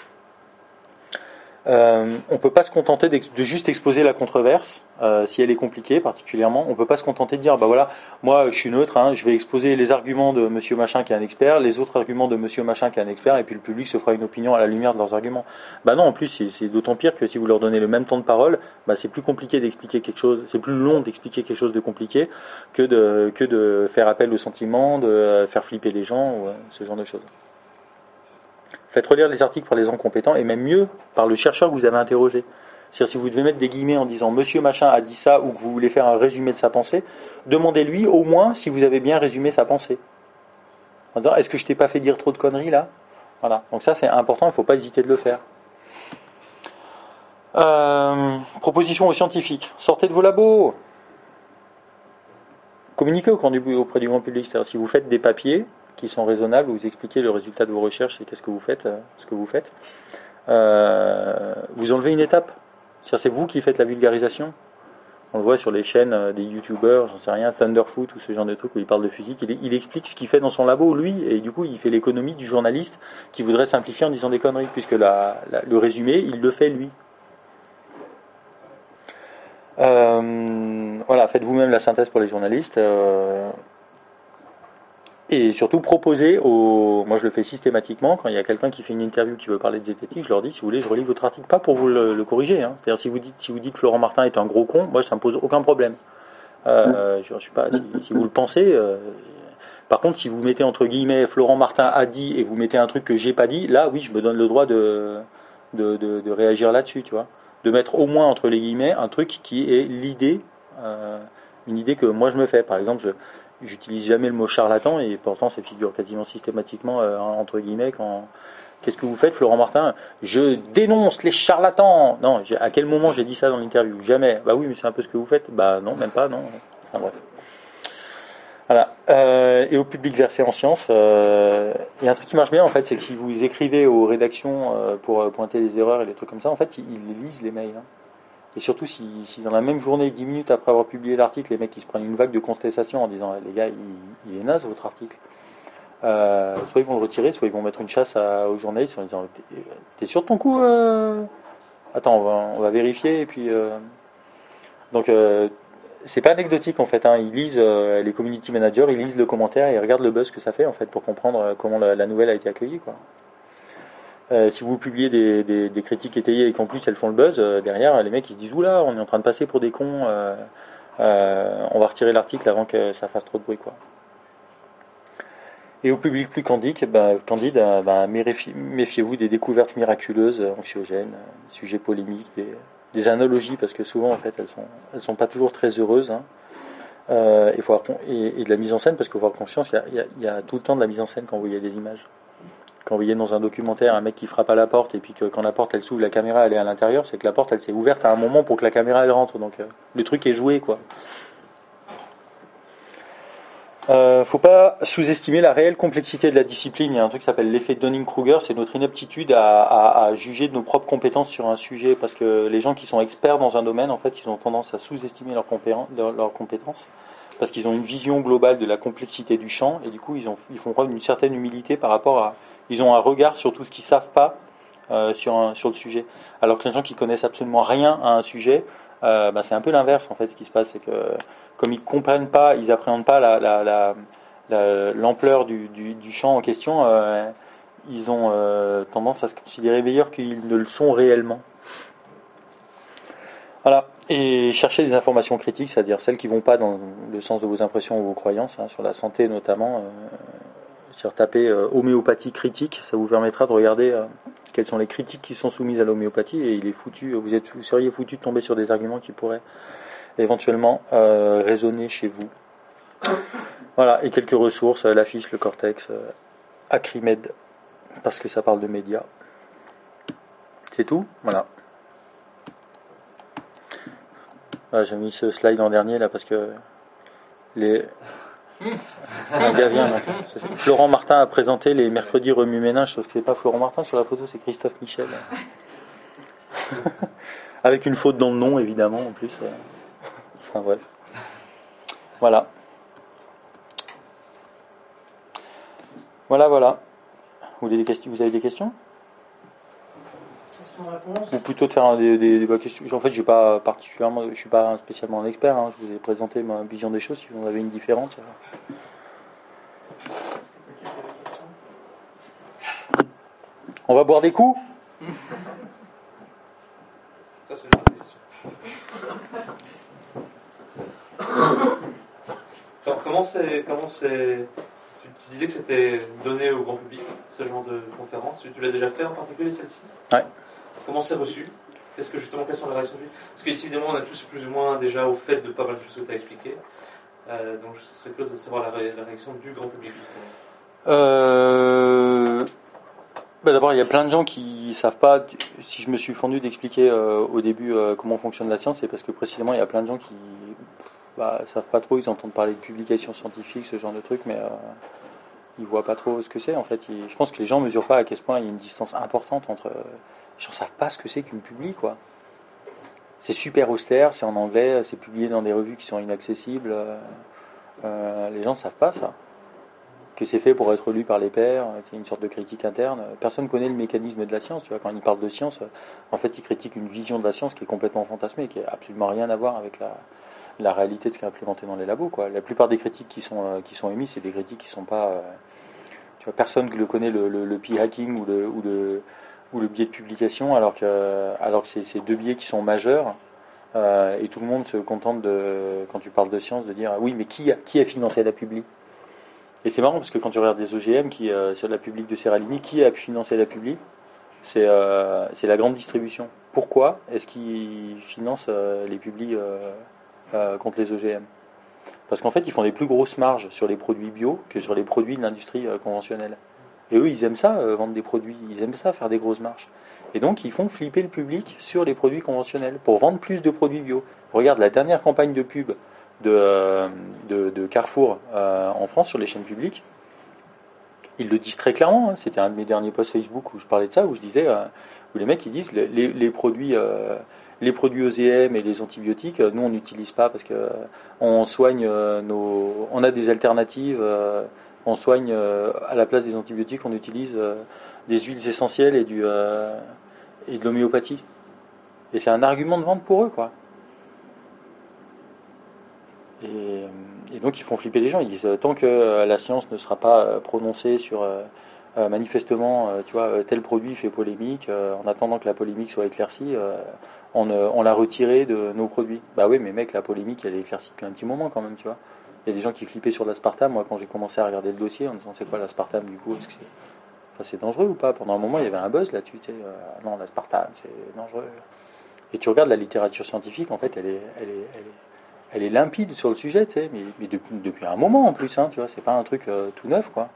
On peut pas se contenter de juste exposer la controverse si elle est compliquée particulièrement. On peut pas se contenter de dire voilà, moi je suis neutre, je vais exposer les arguments de monsieur machin qui est un expert, les autres arguments de monsieur machin qui est un expert, et puis le public se fera une opinion à la lumière de leurs arguments. Non, en plus c'est d'autant pire que si vous leur donnez le même temps de parole, c'est plus compliqué d'expliquer quelque chose, c'est plus long d'expliquer quelque chose de compliqué que de faire appel au sentiment, de faire flipper les gens ou ce genre de choses. Faites relire les articles par les gens compétents et même mieux par le chercheur que vous avez interrogé. C'est-à-dire si vous devez mettre des guillemets en disant monsieur machin a dit ça ou que vous voulez faire un résumé de sa pensée, demandez-lui au moins si vous avez bien résumé sa pensée. En disant est-ce que je t'ai pas fait dire trop de conneries là? Voilà. Donc ça c'est important, il ne faut pas hésiter de le faire. Proposition aux scientifiques. Sortez de vos labos. Communiquez auprès du grand public. C'est-à-dire si vous faites des papiers qui sont raisonnables, vous expliquez le résultat de vos recherches et qu'est-ce que vous faites, vous enlevez une étape. C'est-à-dire c'est vous qui faites la vulgarisation. On le voit sur les chaînes des youtubeurs, j'en sais rien, Thunderfoot ou ce genre de trucs où il parle de physique, il explique ce qu'il fait dans son labo, lui, et du coup il fait l'économie du journaliste qui voudrait simplifier en disant des conneries, puisque le résumé, il le fait lui. Voilà, faites vous-même la synthèse pour les journalistes. Et surtout proposez moi je le fais systématiquement, quand il y a quelqu'un qui fait une interview qui veut parler de zététique, je leur dis si vous voulez je relis votre article, pas pour vous le corriger, c'est-à-dire si vous dites Florent Martin est un gros con, moi ça me pose aucun problème. Je sais pas, si vous le pensez, par contre si vous mettez entre guillemets Florent Martin a dit et vous mettez un truc que j'ai pas dit, là oui je me donne le droit de réagir là-dessus, tu vois, de mettre au moins entre les guillemets un truc qui est l'idée, une idée que moi je me fais. Par exemple j'utilise jamais le mot charlatan et pourtant ça figure quasiment systématiquement entre guillemets quand qu'est-ce que vous faites Florent Martin? Je dénonce les charlatans. Non, à quel moment j'ai dit ça dans l'interview? Jamais. Bah oui mais c'est un peu ce que vous faites. Bah non, même pas, non. Enfin bref. Voilà. Et au public versé en sciences, il y a un truc qui marche bien en fait, c'est que si vous écrivez aux rédactions pour pointer les erreurs et les trucs comme ça, en fait ils lisent les mails. Et surtout si dans la même journée, 10 minutes après avoir publié l'article, les mecs ils se prennent une vague de contestation en disant les gars, il est naze votre article. Soit ils vont le retirer, soit ils vont mettre une chasse aux journalistes en disant t'es sûr de ton coup Attends, on va vérifier et puis donc c'est pas anecdotique en fait. Ils lisent les community managers, ils lisent le commentaire et ils regardent le buzz que ça fait en fait pour comprendre comment la nouvelle a été accueillie quoi. Si vous publiez des critiques étayées et qu'en plus elles font le buzz, derrière les mecs ils se disent oula, on est en train de passer pour des cons, on va retirer l'article avant que ça fasse trop de bruit quoi. Et au public plus candide, méfiez-vous des découvertes miraculeuses, anxiogènes, sujets polémiques, des analogies parce que souvent en fait elles sont pas toujours très heureuses. Et de la mise en scène parce qu'il faut avoir conscience qu'il y a tout le temps de la mise en scène quand vous voyez des images. Quand vous voyez dans un documentaire un mec qui frappe à la porte et puis que quand la porte elle s'ouvre, la caméra elle est à l'intérieur, c'est que la porte elle s'est ouverte à un moment pour que la caméra elle rentre, donc le truc est joué quoi. Faut pas sous-estimer la réelle complexité de la discipline. Il y a un truc qui s'appelle l'effet Dunning-Kruger, c'est notre inaptitude à juger de nos propres compétences sur un sujet, parce que les gens qui sont experts dans un domaine, en fait, ils ont tendance à sous-estimer leurs compétences, parce qu'ils ont une vision globale de la complexité du champ, et du coup, ils font preuve d'une certaine humilité par rapport à... Ils ont un regard sur tout ce qu'ils savent pas sur le sujet. Alors que les gens qui connaissent absolument rien à un sujet, c'est un peu l'inverse, en fait, ce qui se passe, c'est que comme ils comprennent pas, ils appréhendent pas l'ampleur du champ en question, ils ont tendance à se considérer meilleurs qu'ils ne le sont réellement. Voilà. Et chercher des informations critiques, c'est-à-dire celles qui vont pas dans le sens de vos impressions ou vos croyances, sur la santé notamment. Sur taper homéopathie critique, ça vous permettra de regarder quelles sont les critiques qui sont soumises à l'homéopathie, et vous seriez foutu de tomber sur des arguments qui pourraient éventuellement résonner chez vous. Voilà, et quelques ressources, l'affiche, le cortex, Acrimed, parce que ça parle de médias. C'est tout, voilà. J'ai mis ce slide en dernier là parce que un gars vient, là. Florent Martin a présenté les mercredis remue-ménage, sauf que c'est pas Florent Martin sur la photo, c'est Christophe Michel. Avec une faute dans le nom, évidemment, en plus. Enfin, bref. Voilà. Voilà. Vous avez des questions? Ou plutôt de faire des questions. En fait, je suis pas spécialement un expert. Hein. Je vous ai présenté ma vision des choses. Si vous en avez une différente. On va boire des coups. Ça, c'est une bonne question. Genre, comment c'est. Tu disais que c'était donné au grand public, ce genre de conférence. Tu l'as déjà fait en particulier, celle-ci? Ouais. Comment c'est reçu? Quelles sont les réactions? Parce qu'ici, évidemment, on a tous plus ou moins déjà au fait de pas mal de choses que tu as expliquées. Donc, ce serait curieux de savoir la réaction du grand public, justement. D'abord, il y a plein de gens qui savent pas. Si je me suis fendu d'expliquer au début comment fonctionne la science, c'est parce que précisément, il y a plein de gens qui savent pas trop. Ils entendent parler de publications scientifiques, ce genre de trucs, mais ils voient pas trop ce que c'est. En fait, je pense que les gens mesurent pas à quel point il y a une distance importante entre. Les gens savent pas ce que c'est qu'une publi, quoi. C'est super austère, c'est en anglais, c'est publié dans des revues qui sont inaccessibles. Les gens savent pas ça. Que c'est fait pour être lu par les pairs, qu'il y a une sorte de critique interne. Personne ne connaît le mécanisme de la science. Tu vois, quand ils parlent de science, en fait, ils critiquent une vision de la science qui est complètement fantasmée, qui n'a absolument rien à voir avec la réalité de ce qui est implémenté dans les labos, quoi. La plupart des critiques qui sont émises, c'est des critiques qui sont pas. Tu vois, personne ne connaît le p-hacking ou le biais de publication, alors que c'est deux biais qui sont majeurs. Et tout le monde se contente quand tu parles de science, de dire oui, mais qui a financé la publi? Et c'est marrant parce que quand tu regardes des OGM sur la publique de Serralini, qui a pu financer la publi? C'est la grande distribution. Pourquoi est-ce qu'ils financent les publis contre les OGM? Parce qu'en fait, ils font des plus grosses marges sur les produits bio que sur les produits de l'industrie conventionnelle. Et eux, ils aiment ça, vendre des produits, ils aiment ça, faire des grosses marges. Et donc, ils font flipper le public sur les produits conventionnels pour vendre plus de produits bio. Regarde, la dernière campagne de pub de Carrefour en France sur les chaînes publiques, ils le disent très clairement. Hein. C'était un de mes derniers posts Facebook où je parlais de ça, où je disais, où les mecs ils disent les produits OGM et les antibiotiques, nous on n'utilise pas parce que on soigne on a des alternatives. On soigne à la place des antibiotiques, on utilise des huiles essentielles et de l'homéopathie. Et c'est un argument de vente pour eux, quoi. Et donc ils font flipper les gens. Ils disent tant que la science ne sera pas prononcée sur manifestement, tu vois, tel produit fait polémique. En attendant que la polémique soit éclaircie, on l'a retiré de nos produits. Bah oui, mais mec, la polémique elle est éclaircie depuis un petit moment quand même, tu vois. Il y a des gens qui flippaient sur l'aspartame. Moi, quand j'ai commencé à regarder le dossier, en disant c'est quoi l'aspartame du coup, est-ce que c'est dangereux ou pas? Pendant un moment, il y avait un buzz là-dessus. Tu sais, non, l'aspartame, c'est dangereux. Et tu regardes la littérature scientifique, en fait, elle est limpide sur le sujet, tu sais, mais depuis un moment en plus, hein, tu vois, c'est pas un truc tout neuf, quoi.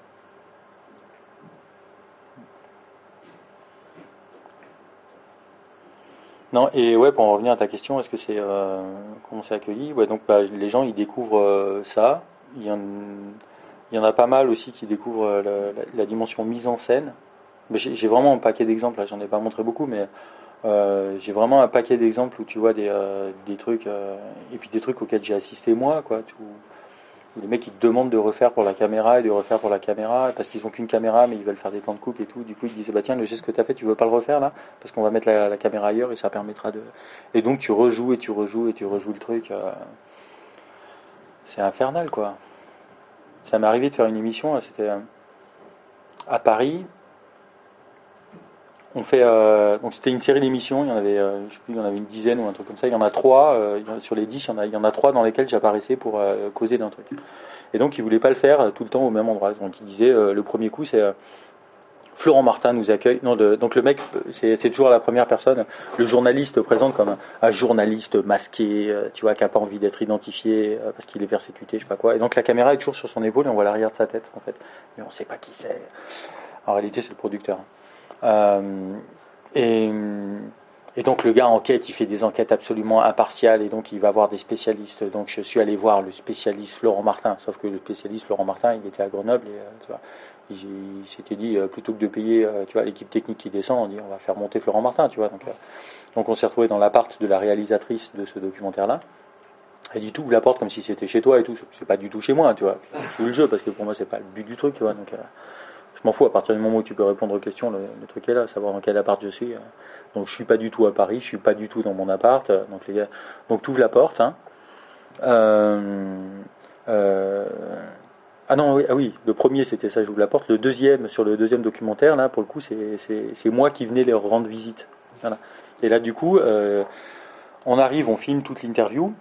Non, et ouais, pour en revenir à ta question, est-ce que c'est comment c'est accueilli? Ouais, donc les gens ils découvrent ça. Il y en a pas mal aussi qui découvrent la dimension mise en scène. J'ai vraiment un paquet d'exemples, là, j'en ai pas montré beaucoup, mais j'ai vraiment un paquet d'exemples où tu vois des trucs et puis des trucs auxquels j'ai assisté moi, quoi. Où les mecs ils te demandent de refaire pour la caméra et de refaire pour la caméra parce qu'ils ont qu'une caméra mais ils veulent faire des plans de coupe et tout. Du coup ils disent bah tiens, le geste que tu as fait, tu veux pas le refaire là parce qu'on va mettre la caméra ailleurs et ça permettra de. Et donc tu rejoues et tu rejoues et tu rejoues le truc. C'est infernal, quoi. Ça m'est arrivé de faire une émission, c'était à Paris. On fait donc c'était une série d'émissions, il y en avait je sais plus, il y en avait une dizaine ou un truc comme ça, il y en a 3 sur les 10, il y en a 3 dans lesquels j'apparaissais pour causer d'un truc. Et donc ils voulaient pas le faire tout le temps au même endroit. Donc ils disaient le premier coup c'est Florent Martin nous accueille. Non, donc le mec c'est toujours la première personne, le journaliste présente comme un journaliste masqué, tu vois, qui a pas envie d'être identifié parce qu'il est persécuté, je sais pas quoi. Et donc la caméra est toujours sur son épaule et on voit l'arrière de sa tête en fait. Mais on sait pas qui c'est. En réalité c'est le producteur. Et Et donc le gars enquête, il fait des enquêtes absolument impartiales et donc il va voir des spécialistes. Donc je suis allé voir le spécialiste Florent Martin, sauf que le spécialiste Florent Martin, il était à Grenoble et tu vois, il s'était dit plutôt que de payer tu vois, l'équipe technique qui descend, on dit on va faire monter Florent Martin, tu vois. Donc on s'est retrouvé dans l'appart de la réalisatrice de ce documentaire-là. Elle dit tout ouvre la porte comme si c'était chez toi et tout. C'est pas du tout chez moi, tu vois. C'est le jeu parce que pour moi c'est pas le but du truc, tu vois. Donc je m'en fous, à partir du moment où tu peux répondre aux questions, le truc est là, savoir dans quel appart je suis. Donc je suis pas du tout à Paris, je suis pas du tout dans mon appart. Donc les gars, donc tu ouvres la porte. Hein. Ah non, oui, le premier c'était ça, j'ouvre la porte. Le deuxième, sur le deuxième documentaire, là, pour le coup, c'est moi qui venais leur rendre visite. Voilà. Et là, du coup, on arrive, on filme toute l'interview.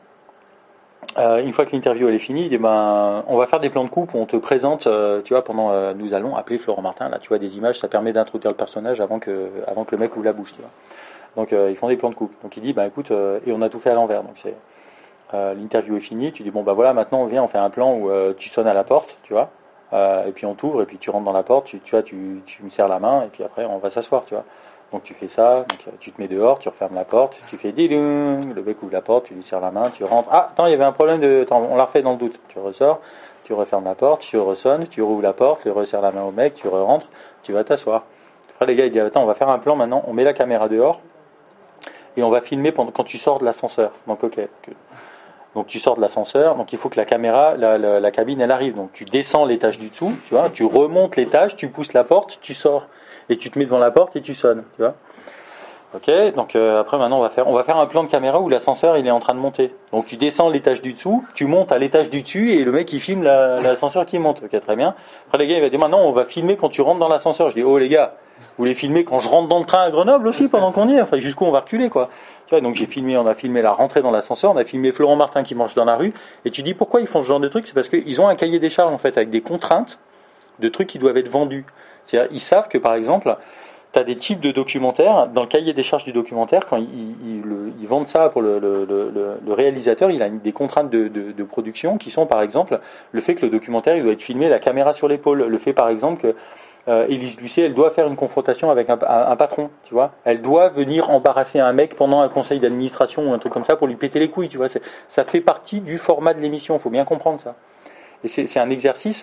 Une fois que l'interview elle est finie, on va faire des plans de coupe où on te présente, tu vois, pendant nous allons appeler Florent Martin, là tu vois des images, ça permet d'introduire le personnage avant que le mec ouvre la bouche, tu vois. Donc ils font des plans de coupe. Donc il dit écoute, et on a tout fait à l'envers. Donc c'est l'interview est finie, tu dis bon voilà, maintenant on vient, on fait un plan où tu sonnes à la porte, tu vois, et puis on t'ouvre et puis tu rentres dans la porte, tu me serres la main et puis après on va s'asseoir, tu vois. Donc tu fais ça, donc tu te mets dehors, tu refermes la porte, tu fais ding, le mec ouvre la porte, tu lui serres la main, tu rentres. Ah, attends, il y avait un problème on l'a refait dans le doute. Tu ressors, tu refermes la porte, tu ressonnes, tu rouvres la porte, tu resserres la main au mec, tu rentres, tu vas t'asseoir. Après les gars, ils disent attends, on va faire un plan maintenant, on met la caméra dehors et on va filmer quand tu sors de l'ascenseur. Donc ok. Donc tu sors de l'ascenseur, donc il faut que la caméra, la cabine, elle arrive. Donc tu descends l'étage du dessous, tu vois, tu remontes l'étage, tu pousses la porte, tu sors. Et tu te mets devant la porte et tu sonnes, tu vois. Ok, donc après maintenant on va faire un plan de caméra où l'ascenseur il est en train de monter. Donc tu descends l'étage du dessous, tu montes à l'étage du dessus et le mec il filme l'ascenseur qui monte. Ok, très bien. Après les gars il va dire maintenant on va filmer quand tu rentres dans l'ascenseur. Je dis oh les gars, vous voulez filmer quand je rentre dans le train à Grenoble aussi pendant qu'on y est. Enfin jusqu'où on va reculer quoi. Tu vois, donc on a filmé la rentrée dans l'ascenseur, on a filmé Florent Martin qui marche dans la rue. Et tu dis pourquoi ils font ce genre de truc, c'est parce qu'ils ont un cahier des charges en fait avec des contraintes de trucs qui doivent être vendus. C'est-à-dire, ils savent que par exemple, tu as des types de documentaires, dans le cahier des charges du documentaire, quand ils vendent ça pour le réalisateur, il a des contraintes de production qui sont par exemple le fait que le documentaire il doit être filmé la caméra sur l'épaule, le fait par exemple que Élise Lucet, elle doit faire une confrontation avec un patron, tu vois, elle doit venir embarrasser un mec pendant un conseil d'administration ou un truc comme ça pour lui péter les couilles, tu vois, ça fait partie du format de l'émission, il faut bien comprendre ça. Et c'est un exercice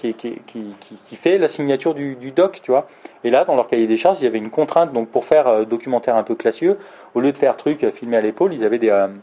qui fait la signature du doc, tu vois. Et là, dans leur cahier des charges, il y avait une contrainte. Donc, pour faire documentaire un peu classieux, au lieu de faire truc filmé à l'épaule, ils avaient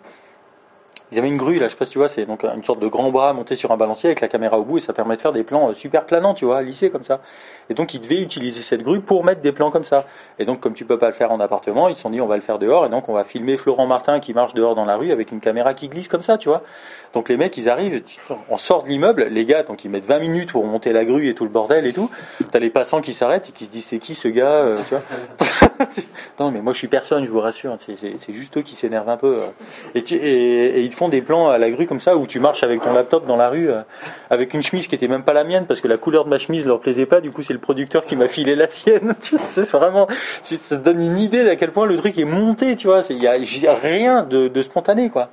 une grue, là, je sais pas si tu vois, c'est donc une sorte de grand bras monté sur un balancier avec la caméra au bout et ça permet de faire des plans super planants, tu vois, lissés comme ça. Et donc, ils devaient utiliser cette grue pour mettre des plans comme ça. Et donc, comme tu peux pas le faire en appartement, ils se sont dit, on va le faire dehors et donc on va filmer Florent Martin qui marche dehors dans la rue avec une caméra qui glisse comme ça, tu vois. Donc, les mecs, ils arrivent, on sort de l'immeuble, les gars, donc ils mettent 20 minutes pour monter la grue et tout le bordel et tout. T'as les passants qui s'arrêtent et qui se disent, c'est qui ce gars, tu vois. Non, mais moi, je suis personne, je vous rassure, c'est juste eux qui s'énervent un peu. Et ils te font des plans à la grue comme ça où tu marches avec ton laptop dans la rue avec une chemise qui était même pas la mienne parce que la couleur de ma chemise leur plaisait pas, du coup c'est le producteur qui m'a filé la sienne. C'est vraiment, ça te donne une idée d'à quel point le truc est monté, tu vois, il y a rien de spontané quoi.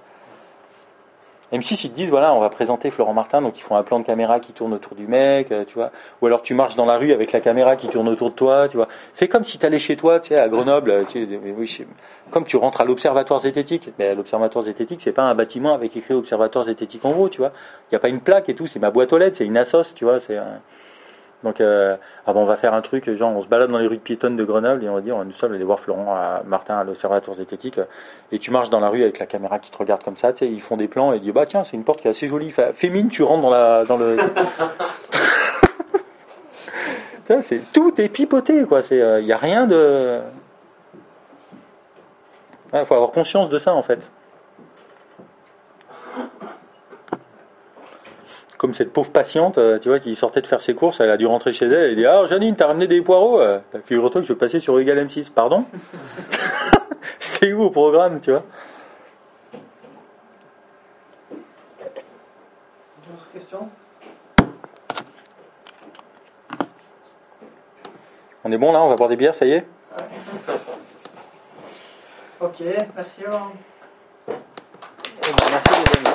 M6 ils te disent voilà on va présenter Florent Martin, donc ils font un plan de caméra qui tourne autour du mec, tu vois, ou alors tu marches dans la rue avec la caméra qui tourne autour de toi, tu vois, fais comme si t'allais chez toi, tu sais, à Grenoble, comme tu rentres à l'Observatoire zététique, mais l'Observatoire zététique c'est pas un bâtiment avec écrit Observatoire zététique en gros, tu vois, il y a pas une plaque et tout, c'est ma boîte aux lettres, c'est une assos, tu vois, donc on va faire un truc, genre on se balade dans les rues piétonnes de Grenoble et on va dire nous sommes allés voir Florent Martin à l'Observatoire zététique et tu marches dans la rue avec la caméra qui te regarde comme ça, tu sais, ils font des plans et ils disent bah tiens c'est une porte qui est assez jolie, fais mine tu rentres dans le tout est pipoté quoi, il y a rien de faut avoir conscience de ça en fait. Comme cette pauvre patiente, tu vois, qui sortait de faire ses courses, elle a dû rentrer chez elle et dit ah Janine, t'as ramené des poireaux figure-toi que je passais sur Égal M6. Pardon. C'était où au programme, tu vois? D'autres questions? On est bon là, on va boire des bières, ça y est? Ok, merci. Merci les amis.